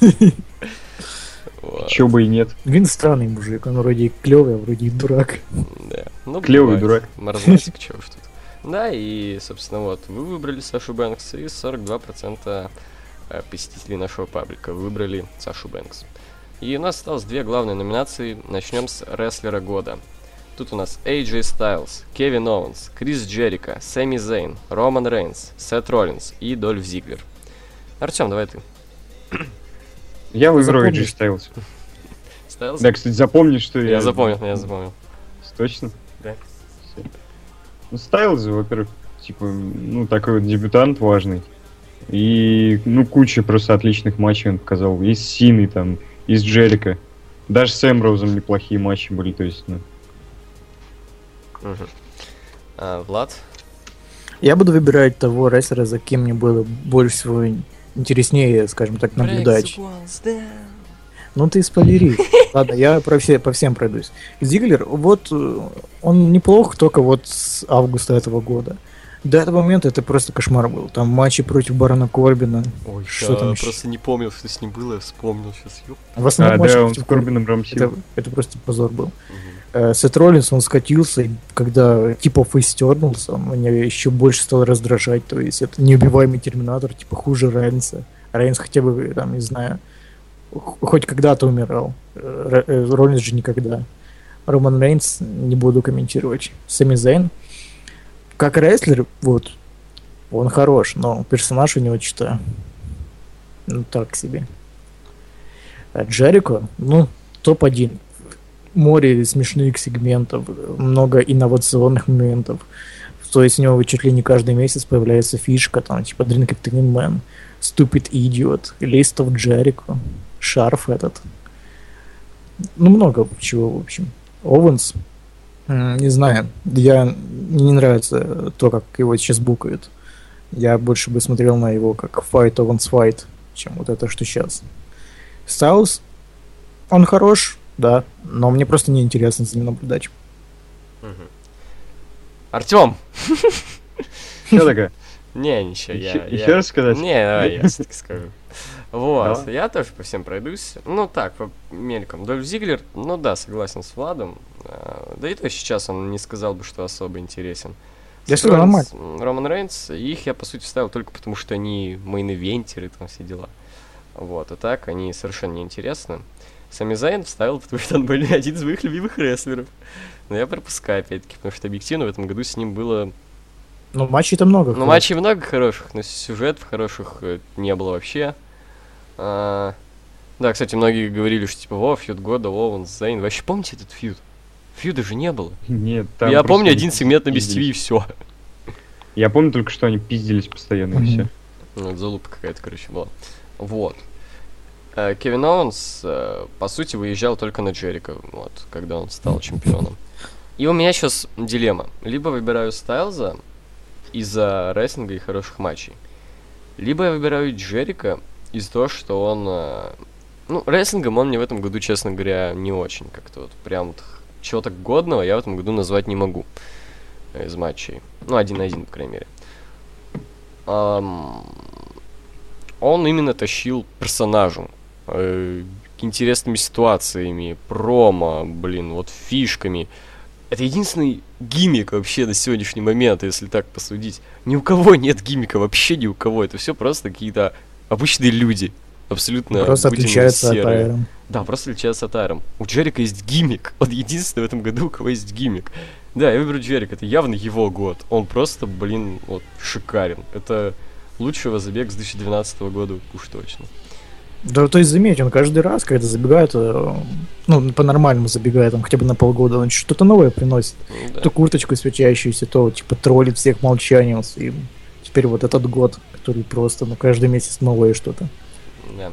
Вот, Чё бы и нет. Винс странный мужик, он вроде и клевый, а вроде и дурак. да. Ну, Клёвый бывает. дурак. Маразматик, чего уж тут. Да, и, собственно, вот, вы выбрали Сашу Бэнкс, и сорок два процента э, посетителей нашего паблика выбрали Сашу Бэнкс. И у нас осталось две главные номинации. Начнем с рестлера года. Тут у нас эй джей Styles, Кевин Оуэнс, Крис Джерико, Сэмми Зейн, Роман Рейнс, Сет Роллинс и Дольф Зиглер. Артем, давай ты. Я выберу Запомни. Эйджи Стайлз. Стайлз? Да, кстати, запомни, что я... Я запомнил, я запомнил. Точно? Да. Всё. Ну, Стайлз, во-первых, типа, ну, такой вот дебютант важный. И, ну, куча просто отличных матчей он показал. И с Синой там, и с Джерико. Даже с Эмброузом неплохие матчи были, то есть, ну... Мгм. А, Влад? Я буду выбирать того рестлера, за кем мне было больше всего интереснее, скажем так, наблюдать. Ну ты спойлери. Ладно, я про все, по всем пройдусь. Зиглер, вот э, он неплох, только вот с августа этого года. До этого момента это просто кошмар был. Там матчи против Барона Корбина. Ой, Что я там ещё? просто не помнил, что с ним было, я вспомнил сейчас. Ёп. В основном А, матчи да, он против с Корбином это, рамсил. это просто позор был. Э, Сет Роллинс, он скатился, и когда типа фейстернулся, он меня еще больше стал раздражать. То есть это неубиваемый терминатор, типа хуже Рейнса. Рейнс хотя бы, там, не знаю, х- хоть когда-то умирал. Э, Р- э, Роллинс же никогда. Роман Рейнс не буду комментировать. Сэмми Зейн. Как рестлер, вот, он хорош, но персонаж у него что-то, ну, так себе. А Джерико, ну, топ один. Море смешных сегментов, много инновационных моментов. То есть у него чуть ли не каждый месяц появляется фишка, там, типа Drink It Clean Man, Stupid Idiot, List of Jericho, шарф этот. Ну, много чего, в общем. Оуэнс. М, Не знаю. Я мне не нравится то, как его сейчас букают. Я больше бы смотрел на его как Fight Owens Fight, чем вот это, что сейчас. Стайлз, он хорош, да, но мне просто неинтересно за ним наблюдать. Артем! Что такое? Не, ничего, я... Еще я- еще раз сказать? Не, давай я все-таки скажу. Вот, Давай. я тоже по всем пройдусь. Ну так, по мелькам. Дольф Зиглер, ну да, согласен с Владом. А, Да и то сейчас он не сказал бы, что особо интересен. Я Сет всегда Роллинс, м, Роман Рейнс, их я по сути вставил только потому, что они мейн-ивентеры, там все дела. Вот, а так они совершенно неинтересны. Сами Зайн вставил, потому что он был один из моих любимых рестлеров. Но я пропускаю, опять-таки, потому что объективно в этом году с ним было... Но матчей-то много. Ну, хороших. матчей много хороших, но сюжетов хороших э, не было вообще. А, Да, кстати, многие говорили, что типа, о, фьюд года, Оуэнс, Зейн. Вообще помните этот фьюд? Фьюда же не было. Нет, там Я просто помню они один сегмент на Без ТВ и пиздились. все. Я помню только, что они пиздились постоянно, и Мгм. все. Ну, это залупа какая-то, короче, была. Вот. Э, Кевин Оуэнс, э, по сути, выезжал только на Джерика, вот, когда он стал чемпионом. И у меня сейчас дилемма. Либо выбираю Стайлза из-за рестлинга и хороших матчей. Либо я выбираю Джерика из-за того, что он... э, Ну, рестлингом он мне в этом году, честно говоря, не очень. Как-то вот прям вот чего-то годного я в этом году назвать не могу э, из матчей. Ну, один на один, по крайней мере. Ам, Он именно тащил персонажем, э, интересными ситуациями, промо, блин, вот фишками. Это единственный гиммик вообще на сегодняшний момент, если так посудить. Ни у кого нет гиммика, вообще ни у кого. Это все просто какие-то обычные люди. Абсолютно Просто обыденные, отличается от серые. Айрон. Да, просто отличается от Айрон. У Джерика есть гиммик. Он единственный в этом году, у кого есть гиммик. Да, я выберу Джерик. Это явно его год. Он просто, блин, вот шикарен. Это лучший его забег с две тысячи двенадцатого года уж точно. Да, то есть заметь, он каждый раз, когда забегает, э, ну, по-нормальному забегает, там, хотя бы на полгода, он что-то новое приносит. Ну да. То курточку светящуюся, то, типа, троллит всех молчанием своим. Теперь вот этот год, который просто, ну, каждый месяц новое что-то. Да.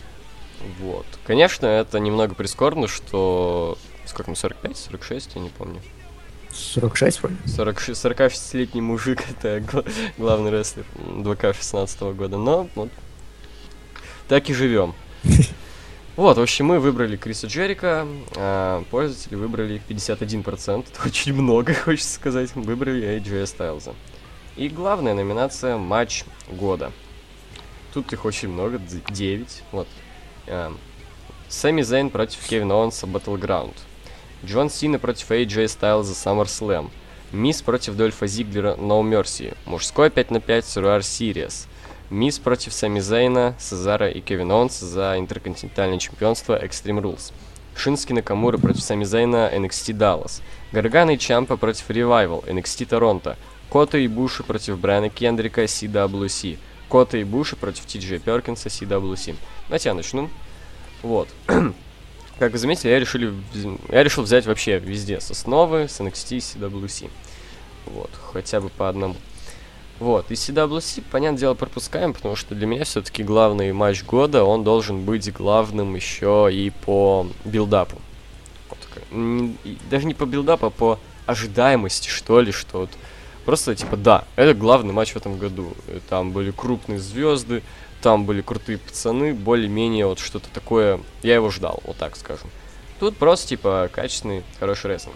Вот. Конечно, это немного прискорбно, что... Сколько ему, сорок пять, сорок шесть, я не помню. сорок шесть вроде. сорок шесть, сорокашестилетний мужик, это гла- главный рестлер два ка шестнадцатого года. Но вот так и живем. Вот, в общем, мы выбрали Криса Джерика, а пользователи выбрали пятьдесят один процент. Это очень много, хочется сказать. Выбрали эй джей Стайлза. И главная номинация — матч года. Тут их очень много, девять. Вот. А, Сами Зейн против Кевина Оуэнса Battleground. Джон Сина против эй джей Стайлза SummerSlam. Мисс против Дольфа Зиглера No Mercy. Мужской пять на пять Survivor Series. Мисс против Сами Зейна, Сезара и Кевина Оуэнса за интерконтинентальное чемпионство Extreme Rules. Шински Накамура против Сами Зейна эн экс ти Dallas. Гаргана и Чампа против Revival эн экс ти Торонто. Кота и Буши против Брайана Кендрика си дабл ю си. Кота и Буши против Ти Джей Перкинса си дабл ю си. Давайте я начну. Вот. Как вы заметили, я, решили, вз- я решил взять вообще везде с основы, с эн экс ти и си дабл ю си. Вот, хотя бы по одному. Вот, и си дабл ю си, понятное дело, пропускаем, потому что для меня все-таки главный матч года, он должен быть главным еще и по билдапу. Вот, как- н- и даже не по билдапу, а по ожидаемости, что ли, что вот. Просто, типа, да, это главный матч в этом году. И там были крупные звезды, там были крутые пацаны, более-менее вот что-то такое, я его ждал, вот так скажем. Тут просто, типа, качественный, хороший рестлинг.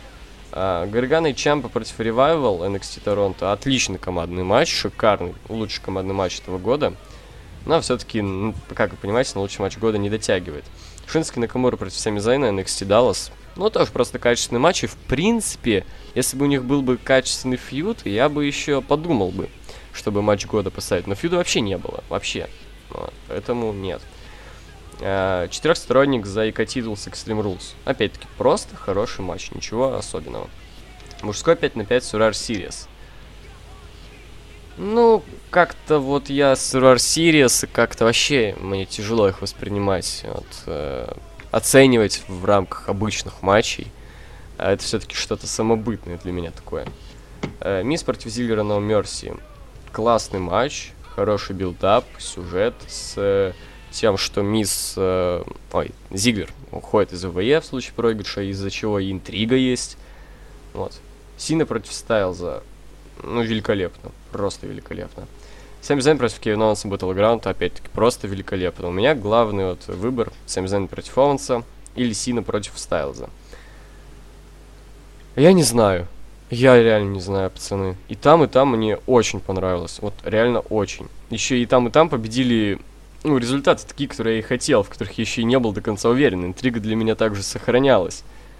А, Гаргана и Чампа против Revival эн экс ти Торонто. Отличный командный матч, шикарный, лучший командный матч этого года. Но все-таки, ну, как вы понимаете, на лучший матч года не дотягивает. Шински Накамура против Сами Зайна эн экс ти Dallas. Ну, тоже просто качественный матч. И, в принципе, если бы у них был бы качественный фьюд, я бы еще подумал бы, чтобы матч года поставить. Но фьюда вообще не было. Вообще. Вот, поэтому нет. А, Четырехсторонник за Икатитул с Extreme Rules. Опять-таки, просто хороший матч. Ничего особенного. Мужской пять на пять Survivor Series. Ну, как-то вот я Survivor Series, как-то вообще мне тяжело их воспринимать. Вот, э, оценивать в рамках обычных матчей. А это все-таки что-то самобытное для меня такое. Э, Мисс против Зиглера No Mercy. Классный матч, хороший билдап, сюжет с э, тем, что Мисс... Э, ой, Зиглер уходит из ВВЕ в случае проигрыша, из-за чего и интрига есть. Вот. Сина против Стайлза. Ну, великолепно. Просто великолепно. Сами Зайн против Кевина Оуэнса Battleground, опять-таки, просто великолепно. У меня главный вот выбор: Сами Зайн против Оуэнса или Сина против Стайлза. Я не знаю. Я реально не знаю, пацаны. И там, и там мне очень понравилось. Вот реально очень. Еще и там, и там победили, ну, результаты такие, которые я и хотел, в которых я еще и не был до конца уверен. Интрига для меня также сохранялась.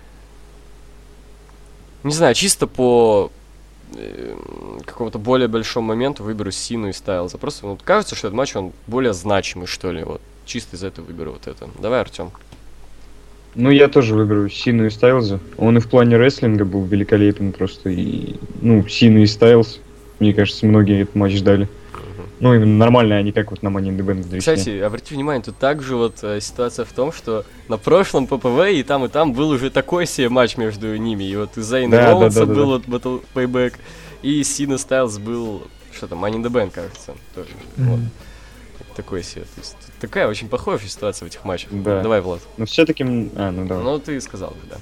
Не знаю, чисто по э, какому-то более большому моменту выберу Сину и Стайлза. Просто вот кажется, что этот матч, он более значимый, что ли. Вот чисто из этого выберу вот это. Давай, Артем. Ну, я тоже выберу Сину и Стайлза. Он и в плане рестлинга был великолепен просто. И, ну, Сина и Стайлз, мне кажется, многие этот матч ждали. Угу. Ну, именно нормально, а не как вот на Money in the Bank в Дресне. Кстати, обрати внимание, тут также вот э, ситуация в том, что на прошлом ППВ и там, и там был уже такой себе матч между ними. И вот из Зейна Да, и Оуэнса да, да, был да. вот Battle Payback, и Сина Стайлз был, что там, Money in the Bank, кажется, тоже. Мгм. Вот. Такой себе. То есть, тут такая очень похожая ситуация в этих матчах. Да. Давай, Влад. Но все-таки... А, ну да. Ну, ты сказал бы,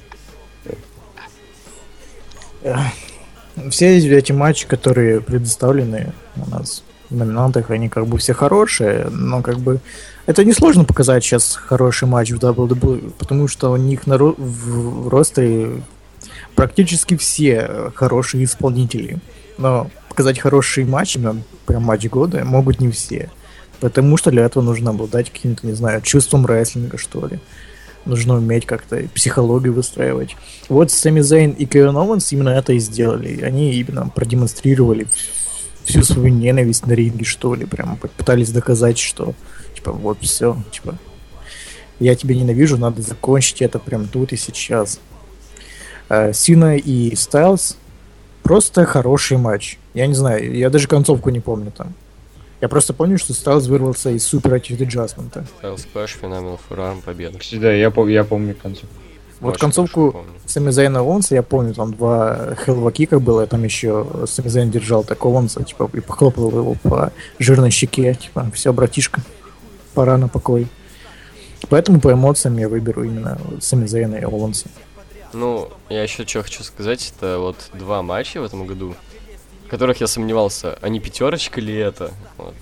да. Все эти матчи, которые предоставлены у нас в номинантах, они как бы все хорошие, но как бы это несложно показать сейчас хороший матч в дабл ю дабл ю и, потому что у них на ро- в ростере практически все хорошие исполнители. Но показать хороший матч, именно прям матч года, могут не все. Потому что для этого нужно обладать каким-то, не знаю, чувством рестлинга, что ли. Нужно уметь как-то психологию выстраивать. Вот Сами Зейн и Кевин Оуэнс именно это и сделали. Они именно продемонстрировали всю свою ненависть на ринге, что ли. Прям пытались доказать, что, типа, вот все, типа, я тебя ненавижу, надо закончить это прям тут и сейчас. А Сина и Стайлз просто хороший матч. Я не знаю, я даже концовку не помню там. Я просто помню, что Стайлз вырвался из Super Attitude Adjustment. Стайлз Сплэш, Phenomenal Forearm, победа. Кстати, да, я, пом- я помню концов. Вот Очень концовку хорошо помню. Сами Зейна Оуэнса, я помню, там два хелва кика было, там еще Сами Зейн держал так Оуэнса, типа, и похлопал его по жирной щеке, типа, все, братишка, пора на покой. Поэтому по эмоциям я выберу именно Сами Зейна и Оуэнса. Ну, я еще что хочу сказать, это вот два матча в этом году, в которых я сомневался, они пятерочка ли это. Вот.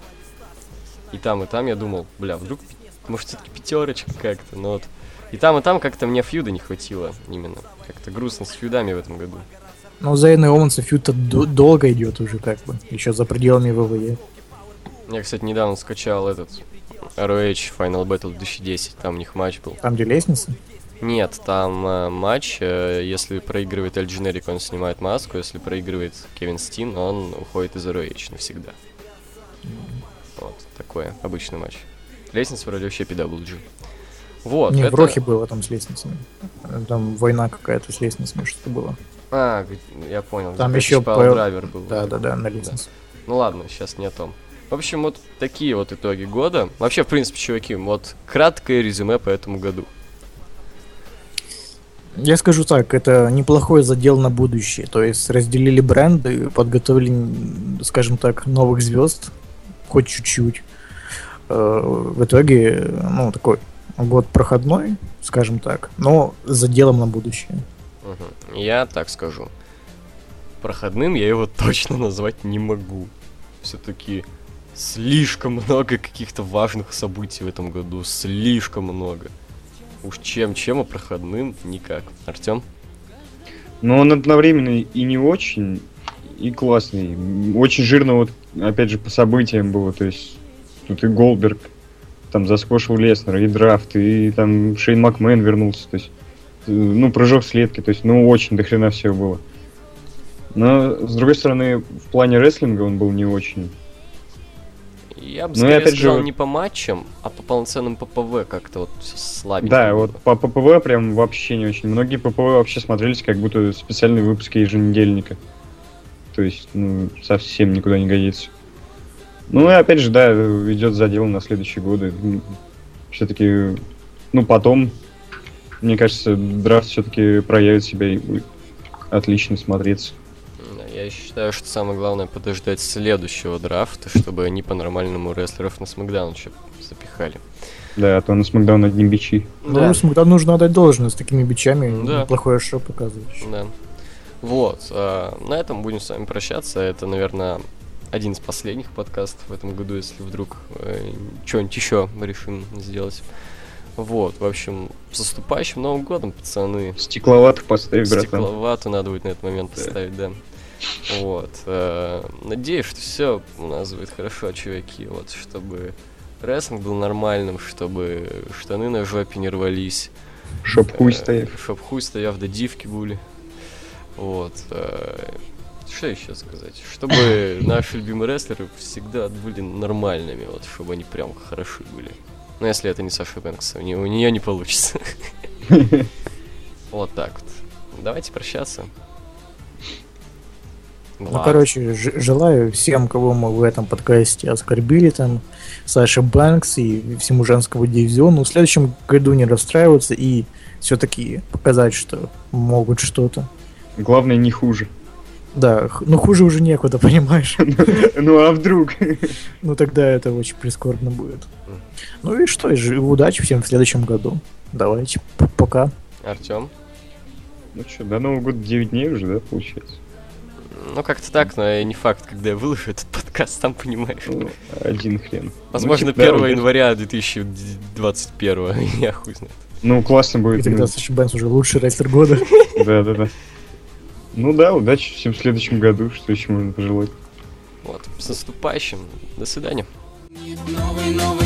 И там, и там я думал, бля, вдруг, пи- может, все-таки пятерочка как-то, но вот. И там, и там как-то мне фьюда не хватило именно. Как-то грустно с фьюдами в этом году. Но у Зейна и Оуэнса фьюд-то д- долго идет уже, как бы, еще за пределами ВВЕ. Я, кстати, недавно скачал этот ар о эйч Final Battle две тысячи десять, там у них матч был. Там, где лестница. Нет, там э, матч, э, если проигрывает Эль Дженерик, он снимает маску, если проигрывает Кевин Стин, он уходит из ар о эйч навсегда. Вот, такой обычный матч. Лестница вроде вообще пи дабл ю джи. Вот, Не, это... в Рохе было там с лестницами. Там война какая-то с лестницами, что-то было. А, г- я понял. Там где еще Пал по- Драйвер был. Да-да-да, на лестнице. Ну ладно, сейчас не о том. В общем, вот такие вот итоги года. Вообще, в принципе, чуваки, вот краткое резюме по этому году. Я скажу так, это неплохой задел на будущее. То есть разделили бренды, подготовили, скажем так, новых звезд, хоть чуть-чуть. Э, В итоге, ну, такой год проходной, скажем так, но с заделом на будущее. Мгм. Я так скажу. Проходным я его точно назвать не могу. Все-таки слишком много каких-то важных событий в этом году. Слишком много. Уж чем-чем, а проходным никак. Артем? Но он одновременно и не очень, и классный. Очень жирно вот, опять же, по событиям было. То есть тут и Голдберг там засквошил Леснера, и драфт, и там Шейн Макмен вернулся. То есть, э, ну, прыжок с летки. То есть, ну, очень дохрена всего было. Но, с другой стороны, в плане рестлинга он был не очень. Я бы Ну и скорее опять же сказал вот- не по матчам, а по полноценным ППВ как-то вот всё слабенько Да, было. вот по ППВ прям вообще не очень. Многие ППВ вообще смотрелись как будто специальные выпуски еженедельника. То есть, ну, совсем никуда не годится. Ну и опять же, да, идет задел на следующие годы. Все-таки, ну, потом, мне кажется, драфт все-таки проявит себя и будет отлично смотреться. Да, я считаю, что самое главное подождать следующего драфта, чтобы они по-нормальному рестлеров на Смакдаун еще запихали. Да, а то на Смакдаун одни бичи. Ну, Смакдаун нужно отдать должное, с такими бичами Да. неплохое шоу показываешь. Да. Вот, а, на этом будем с вами прощаться. Это, наверное, один из последних подкастов в этом году, если вдруг э, что-нибудь еще решим сделать. Вот, в общем, с наступающим Новым годом, пацаны. Стекловатых поставь, братан. Стекловату надо будет на этот момент Да. поставить, да. Вот. э, Надеюсь, что все у нас будет хорошо, чуваки. Вот, чтобы рестлинг был нормальным, чтобы штаны на жопе не рвались. Чтоб хуй э, стоял. Чтоб хуй стояв, да дивки были. Вот. э, Что еще сказать? Чтобы наши любимые рестлеры всегда были нормальными, вот, чтобы они прям хороши были. Но если это не Саша Бэнкс, у, не- у нее не получится. Вот так вот. Давайте прощаться. Ну, Влад. короче, ж- желаю всем, кого мы в этом подкасте оскорбили, там, Саше Бэнкс и всему женскому дивизиону, в следующем году не расстраиваться и все-таки показать, что могут что-то. Главное, не хуже. Да, х- ну хуже уже некуда, понимаешь? Ну а вдруг? Ну тогда это очень прискорбно будет. Ну и что, и ж- удачи всем в следующем году. Давайте, п- пока. Артем. Ну что, до Нового года девять дней уже, да, получается? Ну, как-то так, но и не факт, когда я выложу этот подкаст, там понимаешь. Ну, один хрен. Возможно, Ну, типа, да, первого удачи. января две тысячи двадцать первого, я хуй знает. Ну, классно И будет. тогда ну, Саша Бэнкс уже лучший рестлер года. Да, да, да. Ну да, удачи всем в следующем году, что еще можно пожелать. Вот, с наступающим. До свидания. Новый, новый